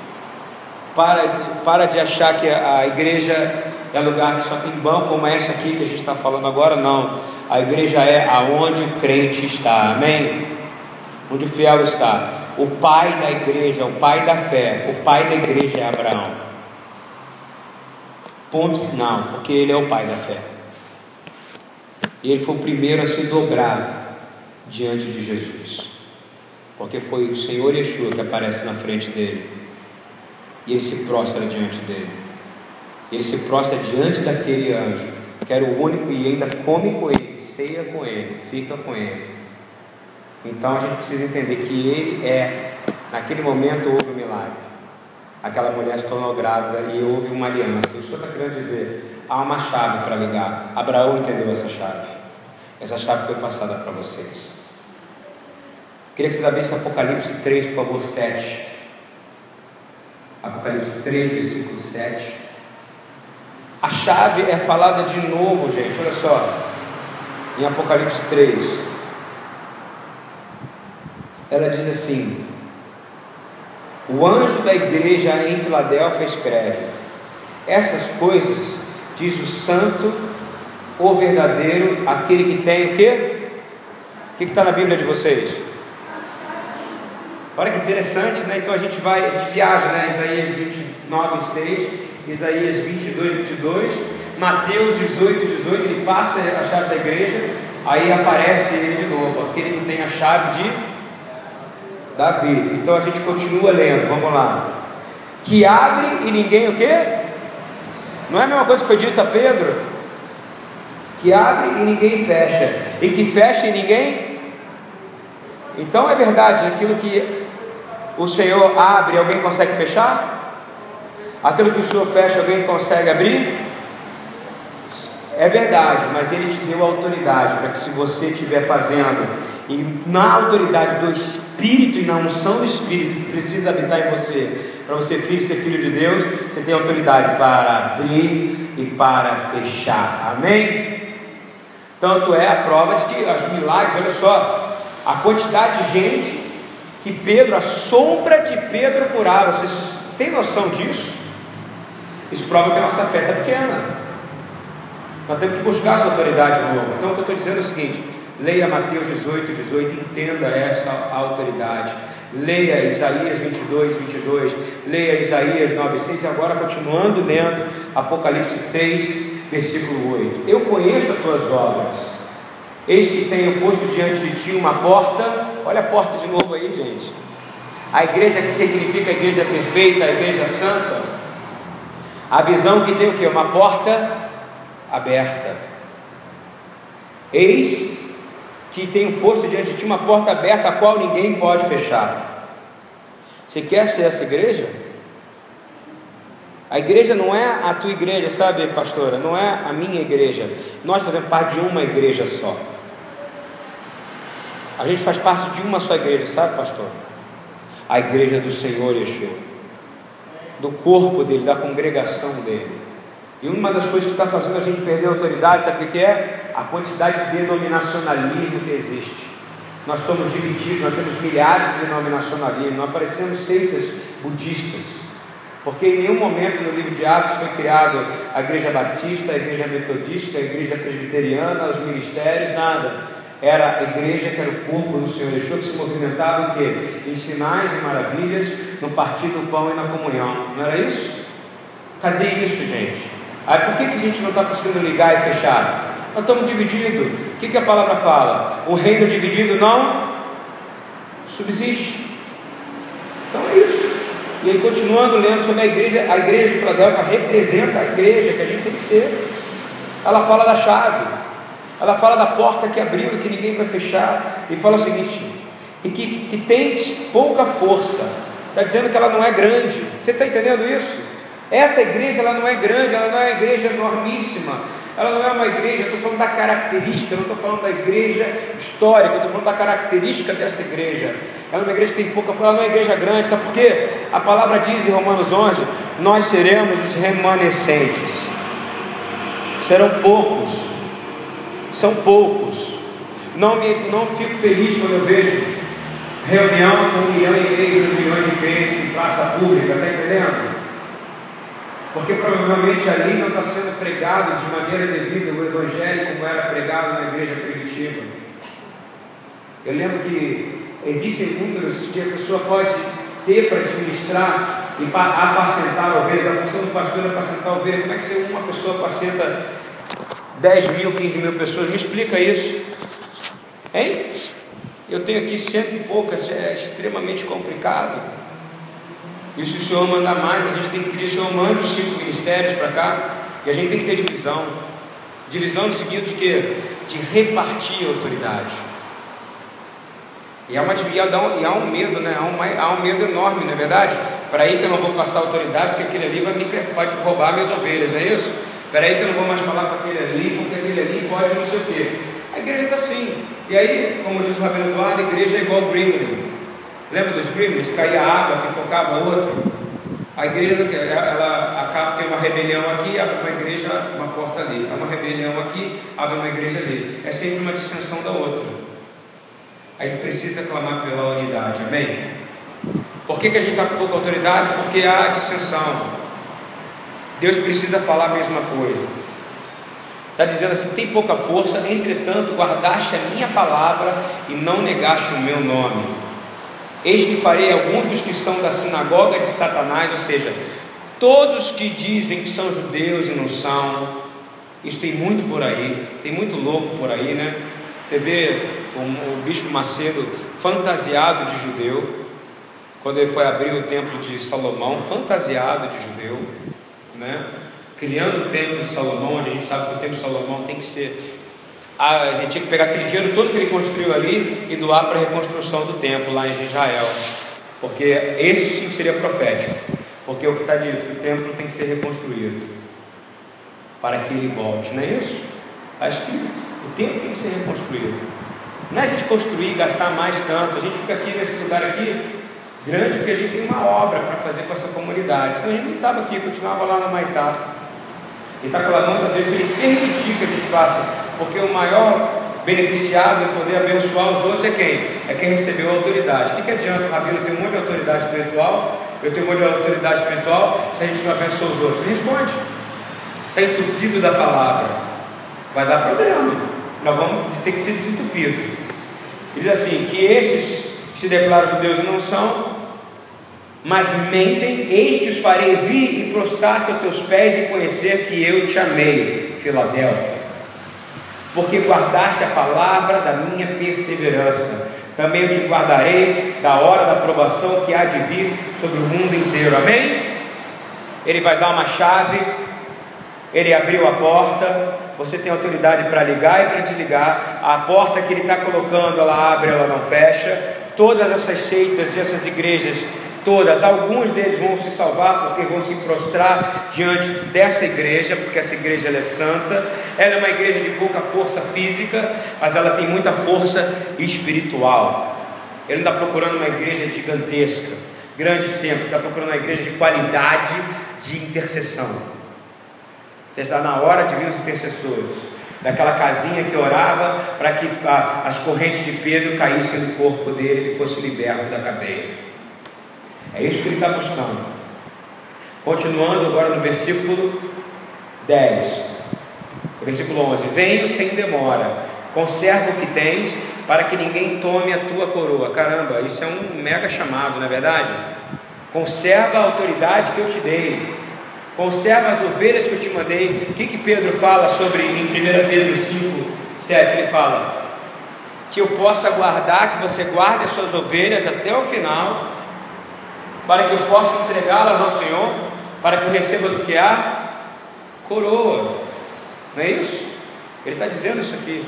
Para de achar que a igreja é lugar que só tem banco, como essa aqui que a gente está falando agora. Não, a igreja é aonde o crente está, amém? Onde o fiel está. O pai da igreja, o pai da fé, o pai da igreja é Abraão. Ponto final, porque ele é o pai da fé. E ele foi o primeiro a se dobrar diante de Jesus, porque foi o Senhor Yeshua que aparece na frente dele, e ele se prostra diante dele. Ele se prostra diante daquele anjo, que era o único, e ainda come com ele, ceia com ele, fica com ele. Então a gente precisa entender que ele naquele momento houve um milagre. Aquela mulher se tornou grávida e houve uma aliança. O Senhor está querendo dizer, há uma chave para ligar. Abraão entendeu essa chave. Essa chave foi passada para vocês. Queria que vocês abrissem Apocalipse 3, por favor, 7. Apocalipse 3, versículo 7. A chave é falada de novo, gente, olha só, em Apocalipse 3. Ela diz assim: o anjo da igreja em Filadélfia escreve: essas coisas diz o santo, o verdadeiro, aquele que tem o quê? O que está na Bíblia de vocês? Olha que interessante, né? Então a gente viaja, né? Isaías 29, 6, Isaías 22, 22, Mateus 18, 18, ele passa a chave da igreja, aí aparece ele de novo, aquele que tem a chave de Davi. Então a gente continua lendo, vamos lá. Que abre e ninguém o quê? Não é a mesma coisa que foi dito a Pedro? Que abre e ninguém fecha, e que fecha e ninguém. Então é verdade, aquilo que o Senhor abre, alguém consegue fechar? Aquilo que o Senhor fecha, alguém consegue abrir? É verdade, mas Ele te deu autoridade para que, se você estiver fazendo, e na autoridade do Espírito e na unção do Espírito que precisa habitar em você, para você ser filho de Deus, você tem autoridade para abrir e para fechar, amém? Tanto é a prova de que os milagres, olha só, a quantidade de gente que Pedro, a sombra de Pedro curava. Vocês têm noção disso? Isso prova que a nossa fé está pequena. Nós temos que buscar essa autoridade de novo. Então o que eu estou dizendo é o seguinte: leia Mateus 18, 18, entenda essa autoridade. Leia Isaías 22, 22, leia Isaías 9, 6, e agora continuando lendo Apocalipse 3, versículo 8. Eu conheço as tuas obras, eis que tenho posto diante de ti uma porta. Olha a porta de novo aí, gente. A igreja, que significa a igreja perfeita, a igreja santa. A visão que tem o quê? Uma porta aberta. Eis que tenho posto diante de ti uma porta aberta, a qual ninguém pode fechar. Você quer ser essa igreja? A igreja não é a tua igreja, sabe, pastora? Não é a minha igreja. Nós fazemos parte de uma igreja só. A gente faz parte de uma só igreja, sabe, pastor? A igreja do Senhor Yeshua, do corpo dele, da congregação dele. E uma das coisas que está fazendo a gente perder a autoridade, sabe o que é? A quantidade de denominacionalismo que existe. Nós estamos divididos, nós temos milhares de denominacionalismo, nós parecemos seitas budistas, porque em nenhum momento no livro de Atos foi criado a igreja batista, a igreja metodista, a igreja presbiteriana, os ministérios, nada. Era a igreja que era o corpo do Senhor Yeshua, que se movimentava em quê? Em sinais e maravilhas, no partir do pão e na comunhão. Não era isso? Cadê isso, gente? Aí por que a gente não está conseguindo ligar e fechar? Nós estamos divididos. O que a palavra fala? Um reino dividido não subsiste. Então é isso. E aí, continuando lendo sobre a igreja de Filadélfia representa a igreja que a gente tem que ser. Ela fala da chave, ela fala da porta que abriu e que ninguém vai fechar, e fala o seguinte: e que tem pouca força. Está dizendo que ela não é grande. Você está entendendo isso? Essa igreja, ela não é grande, ela não é uma igreja enormíssima, ela não é uma igreja, eu estou falando da característica, eu não estou falando da igreja histórica, eu estou falando da característica dessa igreja. Ela é uma igreja que tem pouca, ela não é uma igreja grande, sabe por quê? A palavra diz em Romanos 11, nós seremos os remanescentes, serão poucos, são poucos. Não fico feliz quando eu vejo reunião com 1,5 milhão de crentes em praça pública, está entendendo? Porque provavelmente ali não está sendo pregado de maneira devida o evangelho como era pregado na igreja primitiva. Eu lembro que existem números que a pessoa pode ter para administrar e para apacentar ovelhas. A função do pastor é apacentar ovelhas. Como é que uma pessoa apacenta 10 mil, 15 mil pessoas? Me explica isso. Hein? Eu tenho aqui 100 e poucas, é extremamente complicado. E se o Senhor mandar mais, a gente tem que pedir, Senhor, manda os 5 ministérios para cá, e a gente tem que ter divisão. Divisão no sentido de quê? De repartir a autoridade. E há um medo, né? Há um medo enorme, não é verdade? Para aí que eu não vou passar autoridade, porque aquele ali pode roubar minhas ovelhas, não é isso? Para aí que eu não vou mais falar com aquele ali, porque aquele ali pode não sei o quê. A igreja está assim. E aí, como diz o Rabino Eduardo, a igreja é igual o Gremlin. Lembra dos Gremlins? Caía água, pipocava outro. A igreja, ela acaba, tem uma rebelião aqui, abre uma igreja, uma porta ali. Há uma rebelião aqui, abre uma igreja ali. É sempre uma dissensão da outra. A gente precisa clamar pela unidade, amém? Por que a gente está com pouca autoridade? Porque há dissensão. Deus precisa falar a mesma coisa. Está dizendo assim, tem pouca força, entretanto guardaste a minha palavra e não negaste o meu nome. Eis que farei alguns dos que são da sinagoga de Satanás, ou seja, todos que dizem que são judeus e não são. Isso tem muito por aí, tem muito louco por aí, né? Você vê o bispo Macedo fantasiado de judeu, quando ele foi abrir o templo de Salomão, fantasiado de judeu, né? Criando o templo de Salomão, onde a gente sabe que o templo de Salomão tem que ser, a gente tinha que pegar aquele dinheiro todo que ele construiu ali e doar para a reconstrução do templo lá em Israel, porque esse sim seria profético, porque o que está dito, que o templo tem que ser reconstruído para que ele volte, não é isso? Está escrito, o templo tem que ser reconstruído. Não é a gente construir e gastar mais tanto, a gente fica aqui nesse lugar aqui grande porque a gente tem uma obra para fazer com essa comunidade, senão a gente não estava aqui, continuava lá no Maitá. E está clamando a Deus para Ele permitir que a gente faça, porque o maior beneficiado em poder abençoar os outros é quem? É quem recebeu a autoridade. O que adianta o Rabino ter um monte de autoridade espiritual, eu tenho um monte de autoridade espiritual, se a gente não abençoa os outros? Responde. Está entupido da palavra, vai dar problema, nós vamos ter que ser desentupido. Diz assim, que esses que se declaram judeus e não são, mas mentem, eis que os farei vir e prostrar-se aos teus pés e conhecer que eu te amei, Filadélfia, porque guardaste a palavra da minha perseverança, também eu te guardarei da hora da provação que há de vir sobre o mundo inteiro, amém? Ele vai dar uma chave, ele abriu a porta, você tem autoridade para ligar e para desligar, a porta que ele está colocando, ela abre, ela não fecha. Todas essas seitas e essas igrejas, todas, alguns deles vão se salvar porque vão se prostrar diante dessa igreja, porque essa igreja ela é santa, ela é uma igreja de pouca força física, mas ela tem muita força espiritual. Ele não está procurando uma igreja gigantesca, grandes templos, está procurando uma igreja de qualidade de intercessão. Está na hora de vir os intercessores, daquela casinha que orava para que as correntes de Pedro caíssem no corpo dele e ele fosse liberto da cadeia. É isso que ele está buscando. Continuando agora no versículo 10, versículo 11: venho sem demora, conserva o que tens, para que ninguém tome a tua coroa. Caramba, isso é um mega chamado, não é verdade? Conserva a autoridade que eu te dei, conserva as ovelhas que eu te mandei. O que Pedro fala sobre em 1 Pedro 5, 7? Ele fala que eu possa guardar, que você guarde as suas ovelhas até o final, para que eu possa entregá-las ao Senhor, para que eu recebas o que há? Coroa. Não é isso? Ele está dizendo isso aqui,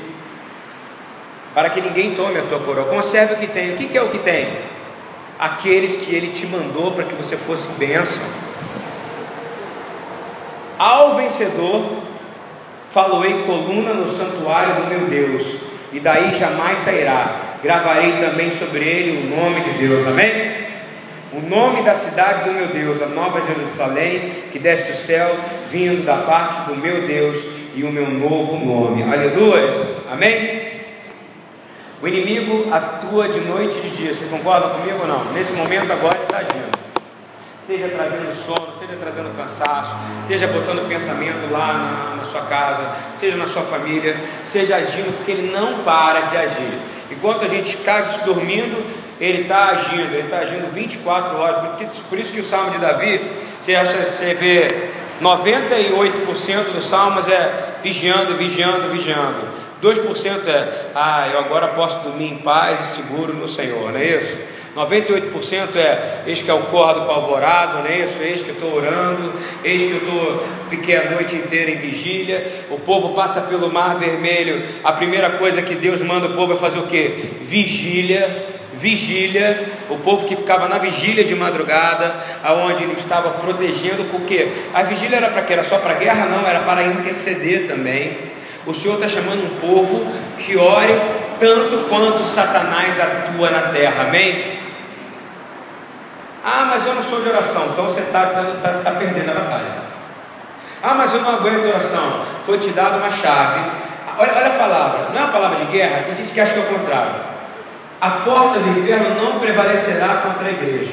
para que ninguém tome a tua coroa. Conserve o que tem. O que é o que tem? Aqueles que Ele te mandou para que você fosse bênção. Ao vencedor Faloei coluna no santuário do meu Deus, e daí jamais sairá. Gravarei também sobre ele o nome de Deus. Amém? O nome da cidade do meu Deus, a nova Jerusalém, que desce do céu, vindo da parte do meu Deus, e o meu novo nome. Aleluia. Amém? O inimigo atua de noite e de dia. Você concorda comigo ou não? Nesse momento agora ele está agindo. Seja trazendo sono, seja trazendo cansaço, seja botando pensamento lá na sua casa, seja na sua família, seja agindo, porque ele não para de agir. Enquanto a gente está dormindo, ele está agindo 24 horas. Por isso que o Salmo de Davi, você vê 98% dos salmos é vigiando, vigiando, vigiando. 2% é, eu agora posso dormir em paz e seguro no Senhor, não é isso? 98% é, eis que eu acordo com alvorado, não é isso? Eis que eu estou orando, eis que eu fiquei a noite inteira em vigília. O povo passa pelo mar vermelho, a primeira coisa que Deus manda o povo é fazer o quê? Vigília. O povo que ficava na vigília de madrugada, aonde ele estava protegendo, porque a vigília era para quê? Era só para guerra? Não, era para interceder também. O Senhor está chamando um povo que ore tanto quanto Satanás atua na terra. Amém? Ah, mas eu não sou de oração. Então você está perdendo a batalha. Ah, mas eu não aguento oração. Foi te dado uma chave. Olha a palavra, não é uma palavra de guerra. Tem gente que acha que é o contrário. A porta do inferno não prevalecerá contra a igreja.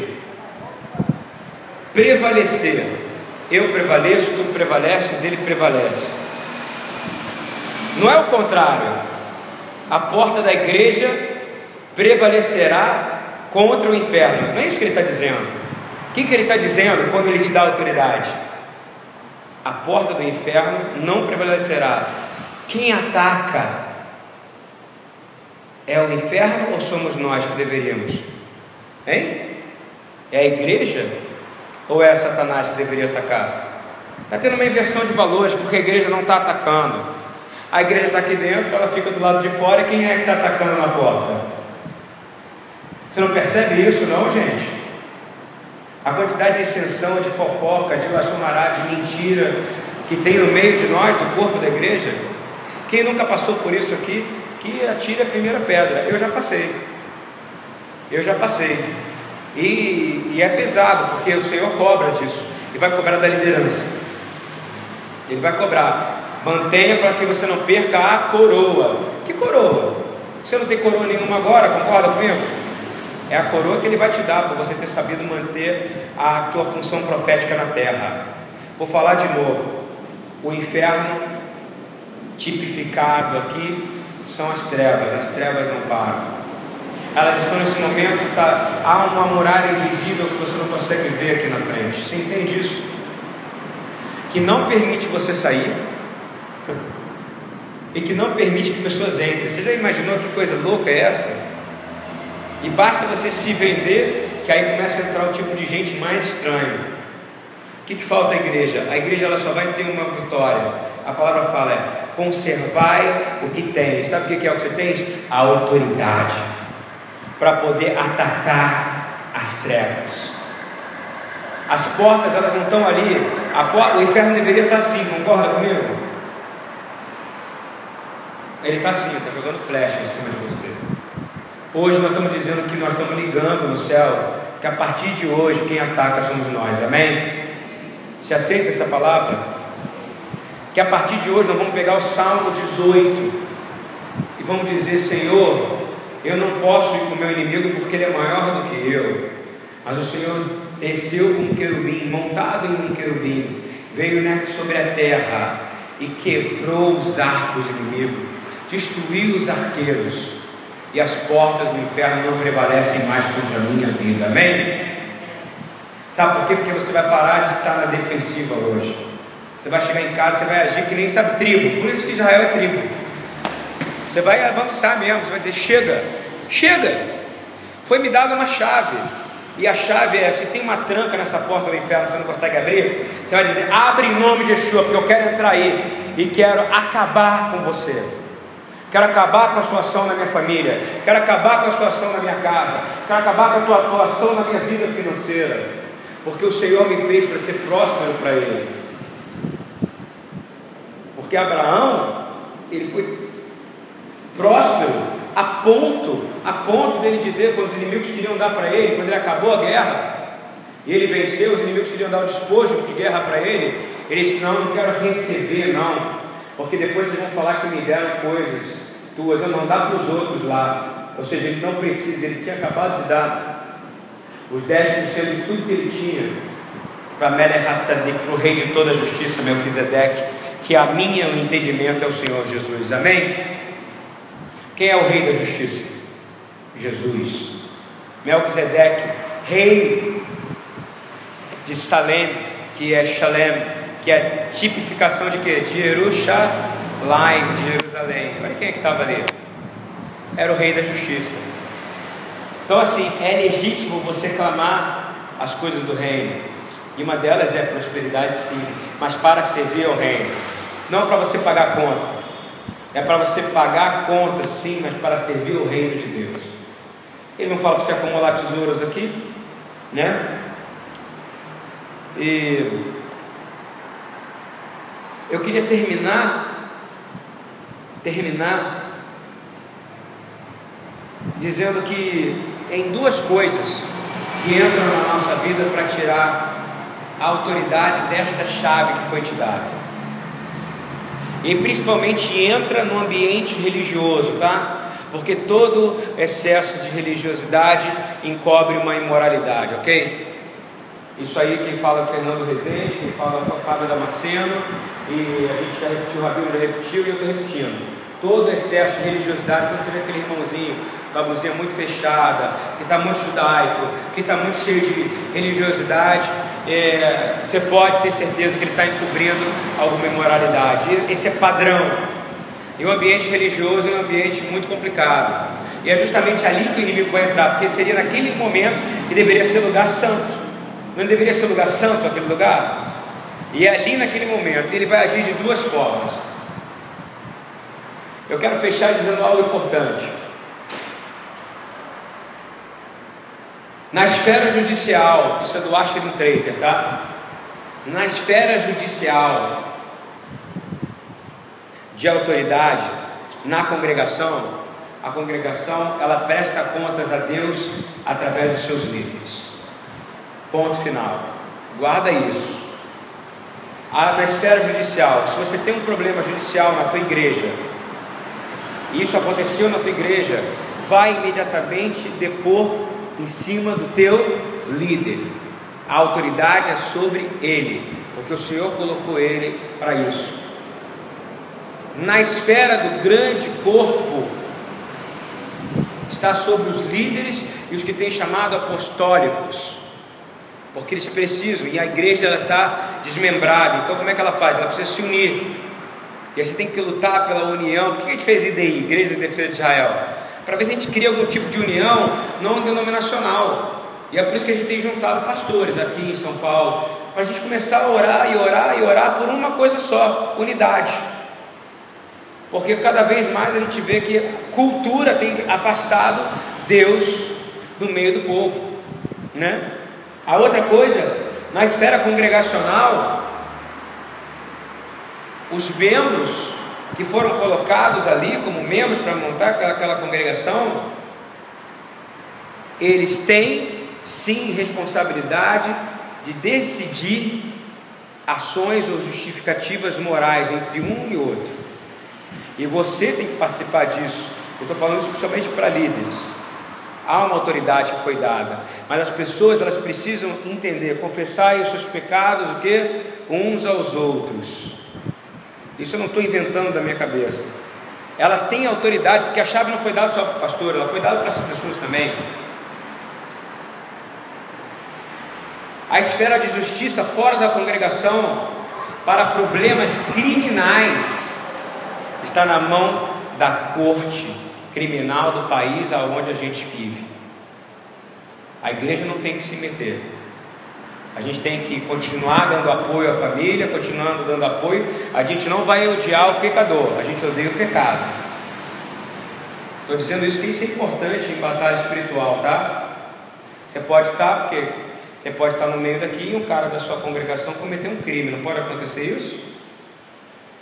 Prevalecer. Eu prevaleço, tu prevaleces, ele prevalece. Não é o contrário. A porta da igreja prevalecerá contra o inferno. Não é isso que ele está dizendo. O que ele está dizendo quando ele te dá autoridade? A porta do inferno não prevalecerá. Quem ataca é o inferno ou somos nós que deveríamos? Hein? É a igreja ou é Satanás que deveria atacar? Está tendo uma inversão de valores, porque a igreja não está atacando. A igreja está aqui dentro, ela fica do lado de fora, e quem é que está atacando na porta? Você não percebe isso não, gente? A quantidade de dissensão, de fofoca, de laçomará, de mentira que tem no meio de nós, do corpo da igreja. Quem nunca passou por isso aqui, que atire a primeira pedra. Eu já passei. E é pesado, porque o Senhor cobra disso, e vai cobrar da liderança. Ele vai cobrar. Mantenha para que você não perca a coroa. Que coroa? Você não tem coroa nenhuma agora, concorda comigo? É a coroa que ele vai te dar por você ter sabido manter a tua função profética na terra. Vou falar de novo. O inferno tipificado aqui são as trevas não param. Elas estão nesse momento, há uma muralha invisível que você não consegue ver aqui na frente. Você entende isso? Que não permite você sair e que não permite que pessoas entrem. Você já imaginou que coisa louca é essa? E basta você se vender, que aí começa a entrar o tipo de gente mais estranho. O que falta à igreja? A igreja ela só vai ter uma vitória. A palavra fala conservai o que tem. Sabe o que é o que você tem? A autoridade para poder atacar as trevas. As portas elas não estão ali. O inferno deveria estar assim, concorda comigo? Ele está assim, está jogando flecha em cima de você. Hoje nós estamos dizendo que nós estamos ligando no céu, que a partir de hoje quem ataca somos nós, amém? Você aceita essa palavra? Que a partir de hoje nós vamos pegar o Salmo 18 e vamos dizer: Senhor, eu não posso ir com o meu inimigo porque ele é maior do que eu, mas o Senhor desceu com um querubim, montado em um querubim, veio sobre a terra e quebrou os arcos do inimigo, destruiu os arqueiros, e as portas do inferno não prevalecem mais contra a minha vida, amém? Sabe por quê? Porque você vai parar de estar na defensiva hoje. Você vai chegar em casa, você vai agir que nem sabe tribo. Por isso que Israel é tribo. Você vai avançar mesmo, você vai dizer: chega, foi me dada uma chave, e a chave é: se tem uma tranca nessa porta do inferno, você não consegue abrir, você vai dizer: abre em nome de Yeshua, porque eu quero entrar aí e quero acabar com você. Quero acabar com a sua ação na minha família, quero acabar com a sua ação na minha casa, quero acabar com a tua atuação na minha vida financeira, porque o Senhor me fez para ser próspero para Ele. Porque Abraão, ele foi próspero a ponto dele dizer, quando os inimigos queriam dar para ele, quando ele acabou a guerra, e ele venceu, os inimigos queriam dar o despojo de guerra para ele, ele disse: não quero receber não, porque depois eles vão falar que me deram coisas tuas, eu não dá para os outros lá. Ou seja, ele não precisa, ele tinha acabado de dar os 10% de tudo que ele tinha para Melech HaTzadik, para o rei de toda a justiça, Melquisedeque, que a minha o entendimento é o Senhor Jesus. Amém? Quem é o rei da justiça? Jesus. Melquisedeque, rei de Salem, que é Shalem, que é tipificação de quê? De Jerusalém, de Jerusalém. Olha quem é que estava ali. Era o rei da justiça. Então assim, é legítimo você clamar as coisas do reino, e uma delas é prosperidade, sim, mas para servir ao reino, não para você pagar a conta. É para você pagar a conta, sim, mas para servir o reino de Deus. Ele não fala para você acumular tesouros aqui, né? E eu queria terminar dizendo que em duas coisas que entram na nossa vida para tirar a autoridade desta chave que foi te dada, e principalmente entra no ambiente religioso, tá? Porque todo excesso de religiosidade encobre uma imoralidade, ok? Isso aí quem fala é Fernando Rezende, quem fala é Fábio Damasceno, e a gente já repetiu, o Rabino já repetiu, e eu estou repetindo. Todo excesso de religiosidade, quando você vê aquele irmãozinho com a blusinha muito fechada, que está muito judaico, que está muito cheio de religiosidade, você pode ter certeza que ele está encobrindo alguma imoralidade. Esse é padrão. E o ambiente religioso é um ambiente muito complicado, e é justamente ali que o inimigo vai entrar, porque seria naquele momento que deveria ser lugar santo. Não deveria ser lugar santo aquele lugar? E é ali naquele momento ele vai agir de duas formas. Eu quero fechar dizendo algo importante. Na esfera judicial, isso é do Ashton Trader, tá? Na esfera judicial de autoridade, na congregação, a congregação ela presta contas a Deus através dos seus líderes. Ponto final. Guarda isso. Na esfera judicial, se você tem um problema judicial na tua igreja, e isso aconteceu na tua igreja, vai imediatamente depor em cima do teu líder. A autoridade é sobre ele, porque o Senhor colocou ele para isso. Na esfera do grande corpo, está sobre os líderes e os que têm chamado apostólicos, porque eles precisam, e a igreja ela está desmembrada. Então como é que ela faz? Ela precisa se unir, e aí você tem que lutar pela união. Por que a gente fez IDI, Igreja de Defesa de Israel? Para ver se a gente cria algum tipo de união não denominacional, e é por isso que a gente tem juntado pastores aqui em São Paulo, para a gente começar a orar e orar e orar por uma coisa só: unidade. Porque cada vez mais a gente vê que a cultura tem afastado Deus do meio do povo, né? A outra coisa, na esfera congregacional, os membros que foram colocados ali como membros para montar aquela congregação, eles têm sim responsabilidade de decidir ações ou justificativas morais entre um e outro, e você tem que participar disso. Eu estou falando isso principalmente para líderes. Há uma autoridade que foi dada, mas as pessoas elas precisam entender, confessar os seus pecados, o que? Uns aos outros. Isso eu não estou inventando da minha cabeça. Elas têm autoridade, porque a chave não foi dada só para o pastor, ela foi dada para essas pessoas também. A esfera de justiça fora da congregação para problemas criminais está na mão da corte criminal do país aonde a gente vive. A igreja não tem que se meter. A gente tem que continuar dando apoio à família, continuando dando apoio. A gente não vai odiar o pecador, a gente odeia o pecado. Estou dizendo isso que isso é importante em batalha espiritual, tá? Você pode estar, porque você pode estar no meio daqui e um cara da sua congregação cometer um crime, não pode acontecer isso?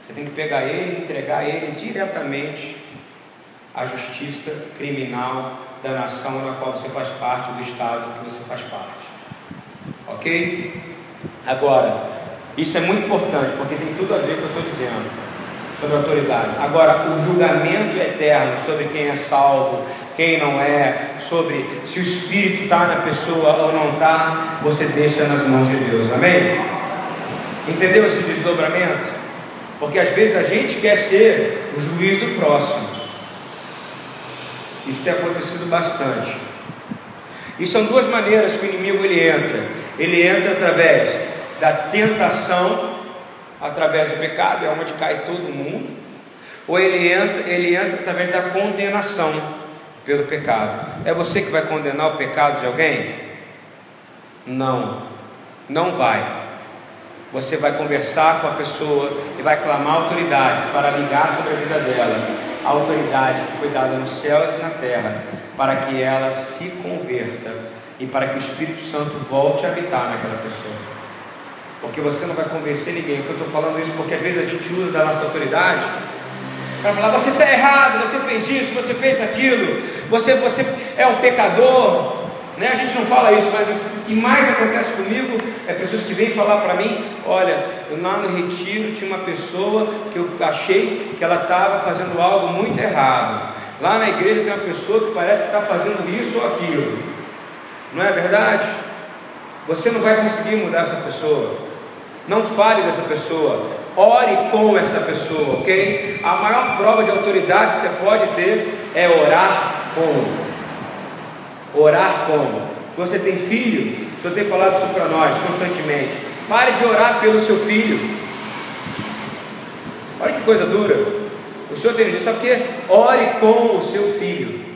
Você tem que pegar ele e entregar ele diretamente à justiça criminal da nação na qual você faz parte, do estado que você faz parte. Ok? Agora, isso é muito importante, porque tem tudo a ver com o que eu estou dizendo sobre a autoridade. Agora, o julgamento eterno sobre quem é salvo, quem não é, sobre se o Espírito está na pessoa ou não está, você deixa nas mãos de Deus. Amém? Entendeu esse desdobramento? Porque às vezes a gente quer ser o juiz do próximo. Isso tem acontecido bastante. E são duas maneiras que o inimigo ele entra. Ele entra através da tentação, através do pecado, é onde cai todo mundo. Ou ele entra através da condenação pelo pecado. É você que vai condenar o pecado de alguém? Não, não vai. Você vai conversar com a pessoa e vai clamar autoridade para ligar sobre a vida dela. A autoridade que foi dada nos céus e na terra, para que ela se converta e para que o Espírito Santo volte a habitar naquela pessoa. Porque você não vai convencer ninguém. Eu estou falando isso porque às vezes a gente usa da nossa autoridade para falar: você está errado, você fez isso, você fez aquilo, você é um pecador, né? A gente não fala isso, mas o que mais acontece comigo é pessoas que vêm falar para mim: olha, eu lá no retiro tinha uma pessoa que eu achei que ela estava fazendo algo muito errado, lá na igreja tem uma pessoa que parece que está fazendo isso ou aquilo. Não é verdade? Você não vai conseguir mudar essa pessoa. Não fale dessa pessoa, ore com essa pessoa, ok? A maior prova de autoridade que você pode ter é orar com. Orar com. Se você tem filho, o Senhor tem falado isso para nós constantemente. Pare de orar pelo seu filho. Olha que coisa dura. O Senhor tem dito: sabe o que? Ore com o seu filho.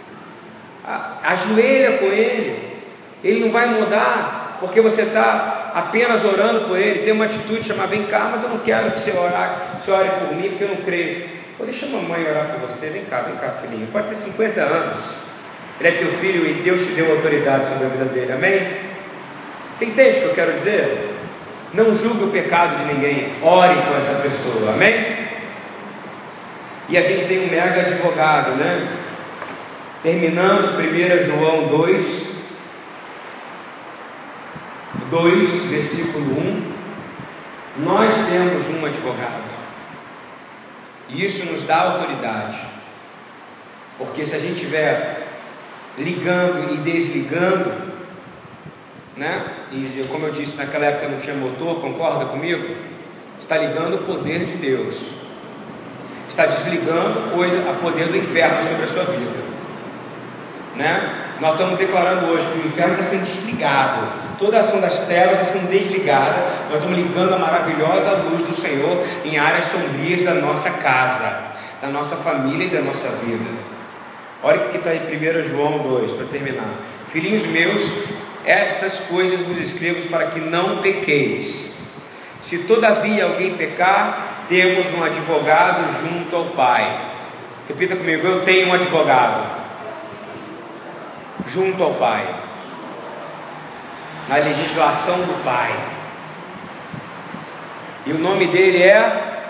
Ajoelha com ele. Ele não vai mudar porque você está apenas orando por ele. Tem uma atitude chamada: vem cá, mas eu não quero que você ore por mim, porque eu não creio. Pô, deixa a mamãe orar por você. Vem cá, filhinho. Pode ter 50 anos. Ele é teu filho e Deus te deu autoridade sobre a vida dele. Amém? Você entende o que eu quero dizer? Não julgue o pecado de ninguém. Ore com essa pessoa. Amém? E a gente tem um mega advogado, né? Terminando 1 João 2, versículo 1. Nós temos um advogado. E isso nos dá autoridade. Porque se a gente estiver ligando e desligando, né? E como eu disse, naquela época não tinha motor, concorda comigo? Está ligando o poder de Deus, está desligando a poder do inferno sobre a sua vida, né? Nós estamos declarando hoje que o inferno está sendo desligado, toda a ação das trevas está sendo desligada. Nós estamos ligando a maravilhosa luz do Senhor em áreas sombrias da nossa casa, da nossa família e da nossa vida. Olha o que está em 1 João 2, para terminar. Filhinhos meus, estas coisas vos escrevo para que não pequeis. Se todavia alguém pecar, temos um advogado junto ao Pai. Repita comigo: eu tenho um advogado junto ao Pai, na legislação do Pai, e o nome dele é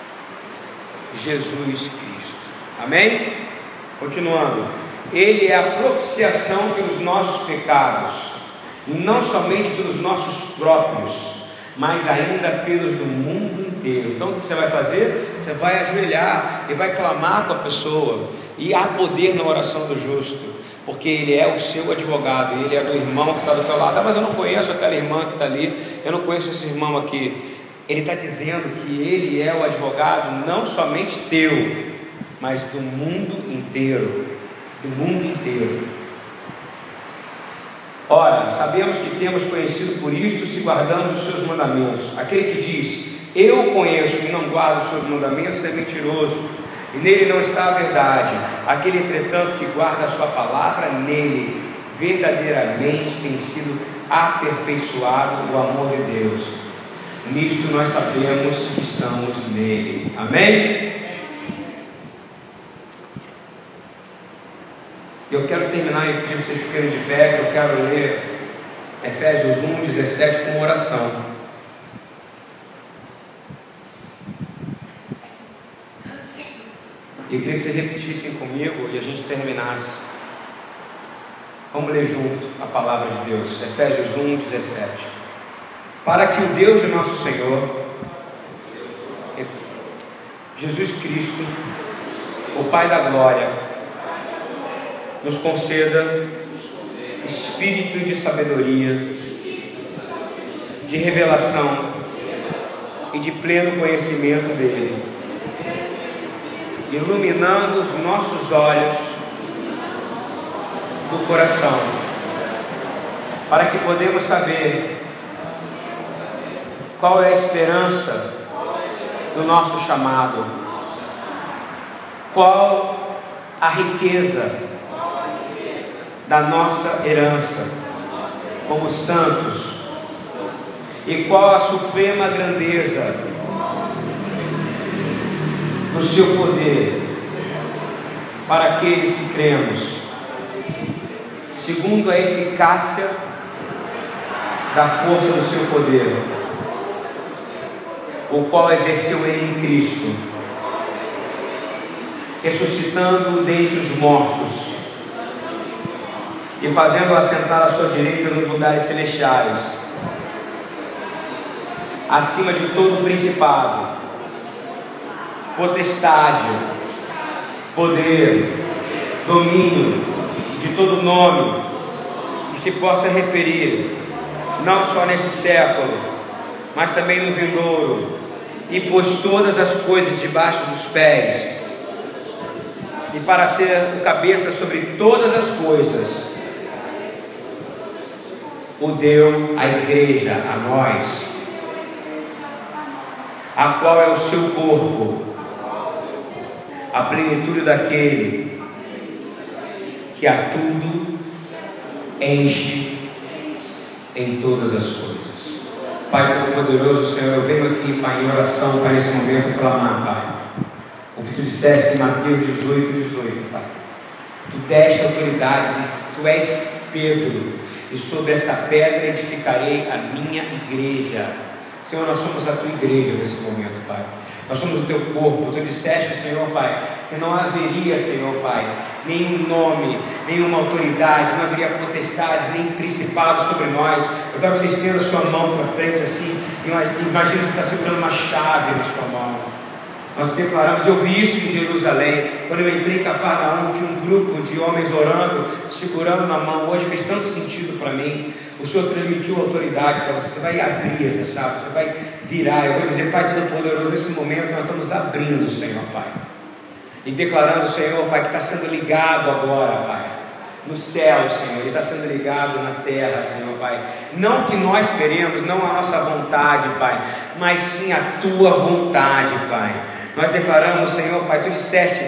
Jesus Cristo. Amém? Continuando, ele é a propiciação pelos nossos pecados, e não somente pelos nossos próprios, mas ainda pelos do mundo inteiro. Então o que você vai fazer? Você vai ajoelhar e vai clamar com a pessoa, e há poder na oração do justo, porque ele é o seu advogado, ele é do irmão que está do teu lado. Mas eu não conheço aquela irmã que está ali, eu não conheço esse irmão aqui. Ele está dizendo que ele é o advogado não somente teu, mas do mundo inteiro, do mundo inteiro. Ora, sabemos que temos conhecido por isto, se guardamos os seus mandamentos. Aquele que diz: eu conheço e não guardo os seus mandamentos, é mentiroso, e nele não está a verdade. Aquele, entretanto, que guarda a sua palavra, nele verdadeiramente tem sido aperfeiçoado o amor de Deus. Nisto nós sabemos que estamos nele. Amém? Eu quero terminar e pedir para vocês ficarem de pé, que eu quero ler Efésios 1:17 como oração. E eu queria que vocês repetissem comigo e a gente terminasse. Vamos ler junto a palavra de Deus, Efésios 1:17. Para que o Deus de nosso Senhor, Jesus Cristo, o Pai da Glória, nos conceda espírito de sabedoria, de revelação e de pleno conhecimento dele, iluminando os nossos olhos do coração, para que podemos saber qual é a esperança do nosso chamado, qual a riqueza da nossa herança como santos, e qual a suprema grandeza do seu poder para aqueles que cremos, segundo a eficácia da força do seu poder, o qual exerceu ele em Cristo, ressuscitando-o dentre os mortos e fazendo-o assentar à sua direita nos lugares celestiais, acima de todo principado, potestade, poder, domínio, de todo nome que se possa referir, não só nesse século, mas também no vindouro, e pôs todas as coisas debaixo dos pés, e para ser o cabeça sobre todas as coisas, o deu à igreja, a nós, a qual é o seu corpo, a plenitude daquele que a tudo enche em todas as coisas. Pai Todo-Poderoso, Senhor, eu venho aqui, Pai, em oração para esse momento clamar, Pai, o que Tu disseste em Mateus 18:18, Pai. Tu deste autoridade, disse, Tu és Pedro, e sobre esta pedra edificarei a minha igreja. Senhor, nós somos a Tua igreja nesse momento, Pai. Nós somos o Teu corpo. Tu disseste, Senhor, Pai, que não haveria, Senhor, Pai, nenhum nome, nenhuma autoridade, não haveria potestade, nem principado sobre nós. Eu quero que você estenda a sua mão para frente assim. Imagina que você está segurando uma chave na sua mão. Nós declaramos, eu vi isso em Jerusalém, quando eu entrei em Cafarnaum, tinha um grupo de homens orando, segurando na mão. Hoje fez tanto sentido para mim. O Senhor transmitiu autoridade para você. Você vai abrir essa chave, você vai virar. Eu vou dizer, Pai Todo-Poderoso, nesse momento nós estamos abrindo, Senhor, Pai, e declarando, Senhor, Pai, que está sendo ligado agora, Pai, no céu, Senhor, Ele está sendo ligado na terra, Senhor, Pai. Não que nós queremos, não a nossa vontade, Pai, mas sim a Tua vontade, Pai. Nós declaramos, Senhor, Pai, Tu disseste,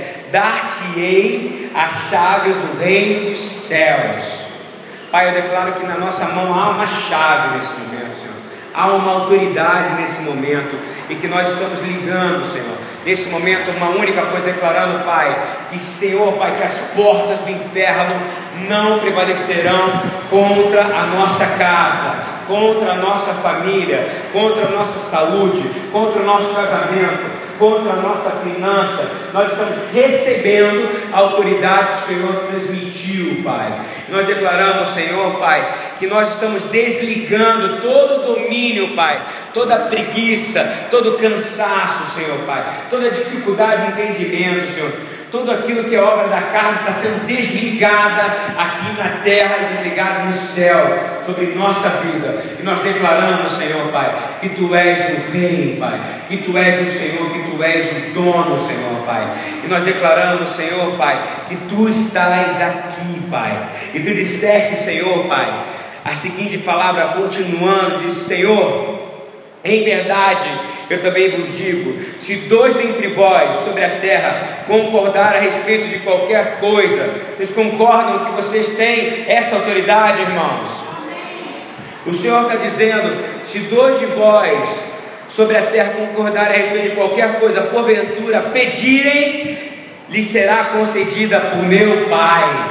dar-te-ei as chaves do reino dos céus. Pai, eu declaro que na nossa mão há uma chave nesse momento, Senhor. Há uma autoridade nesse momento, e que nós estamos ligando, Senhor, nesse momento, uma única coisa, declarando, Pai, que, Senhor, Pai, que as portas do inferno não prevalecerão contra a nossa casa, contra a nossa família, contra a nossa saúde, contra o nosso casamento, contra a nossa finança. Nós estamos recebendo a autoridade que o Senhor transmitiu, Pai. Nós declaramos, Senhor, Pai, que nós estamos desligando todo o domínio, Pai, toda a preguiça, todo o cansaço, Senhor, Pai, toda a dificuldade de entendimento, Senhor. Tudo aquilo que é obra da carne está sendo desligada aqui na terra e desligada no céu, sobre nossa vida. E nós declaramos, Senhor, Pai, que Tu és o Rei, Pai, que Tu és o Senhor, que Tu és o dono, Senhor, Pai. E nós declaramos, Senhor, Pai, que Tu estás aqui, Pai. E Tu disseste, Senhor, Pai, a seguinte palavra, continuando, diz, Senhor, em verdade, eu também vos digo, se dois dentre vós sobre a terra concordar a respeito de qualquer coisa, vocês concordam que vocês têm essa autoridade, irmãos? Amém. O Senhor está dizendo, se dois de vós sobre a terra concordarem a respeito de qualquer coisa, porventura pedirem, lhes será concedida por meu Pai.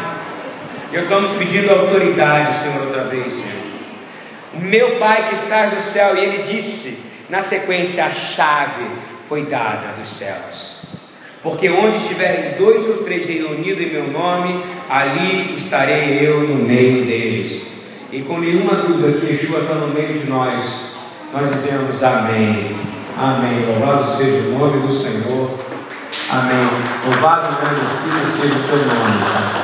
Eu estamos pedindo autoridade, Senhor, outra vez, Senhor. O meu Pai que estás no céu, e Ele disse, na sequência, a chave foi dada dos céus. Porque onde estiverem 2 ou 3 reunidos em meu nome, ali estarei eu no meio deles. E com nenhuma dúvida que Yeshua está no meio de nós dizemos amém, amém. Louvado seja o nome do Senhor, amém. Louvado e agradecido seja o teu nome, Pai.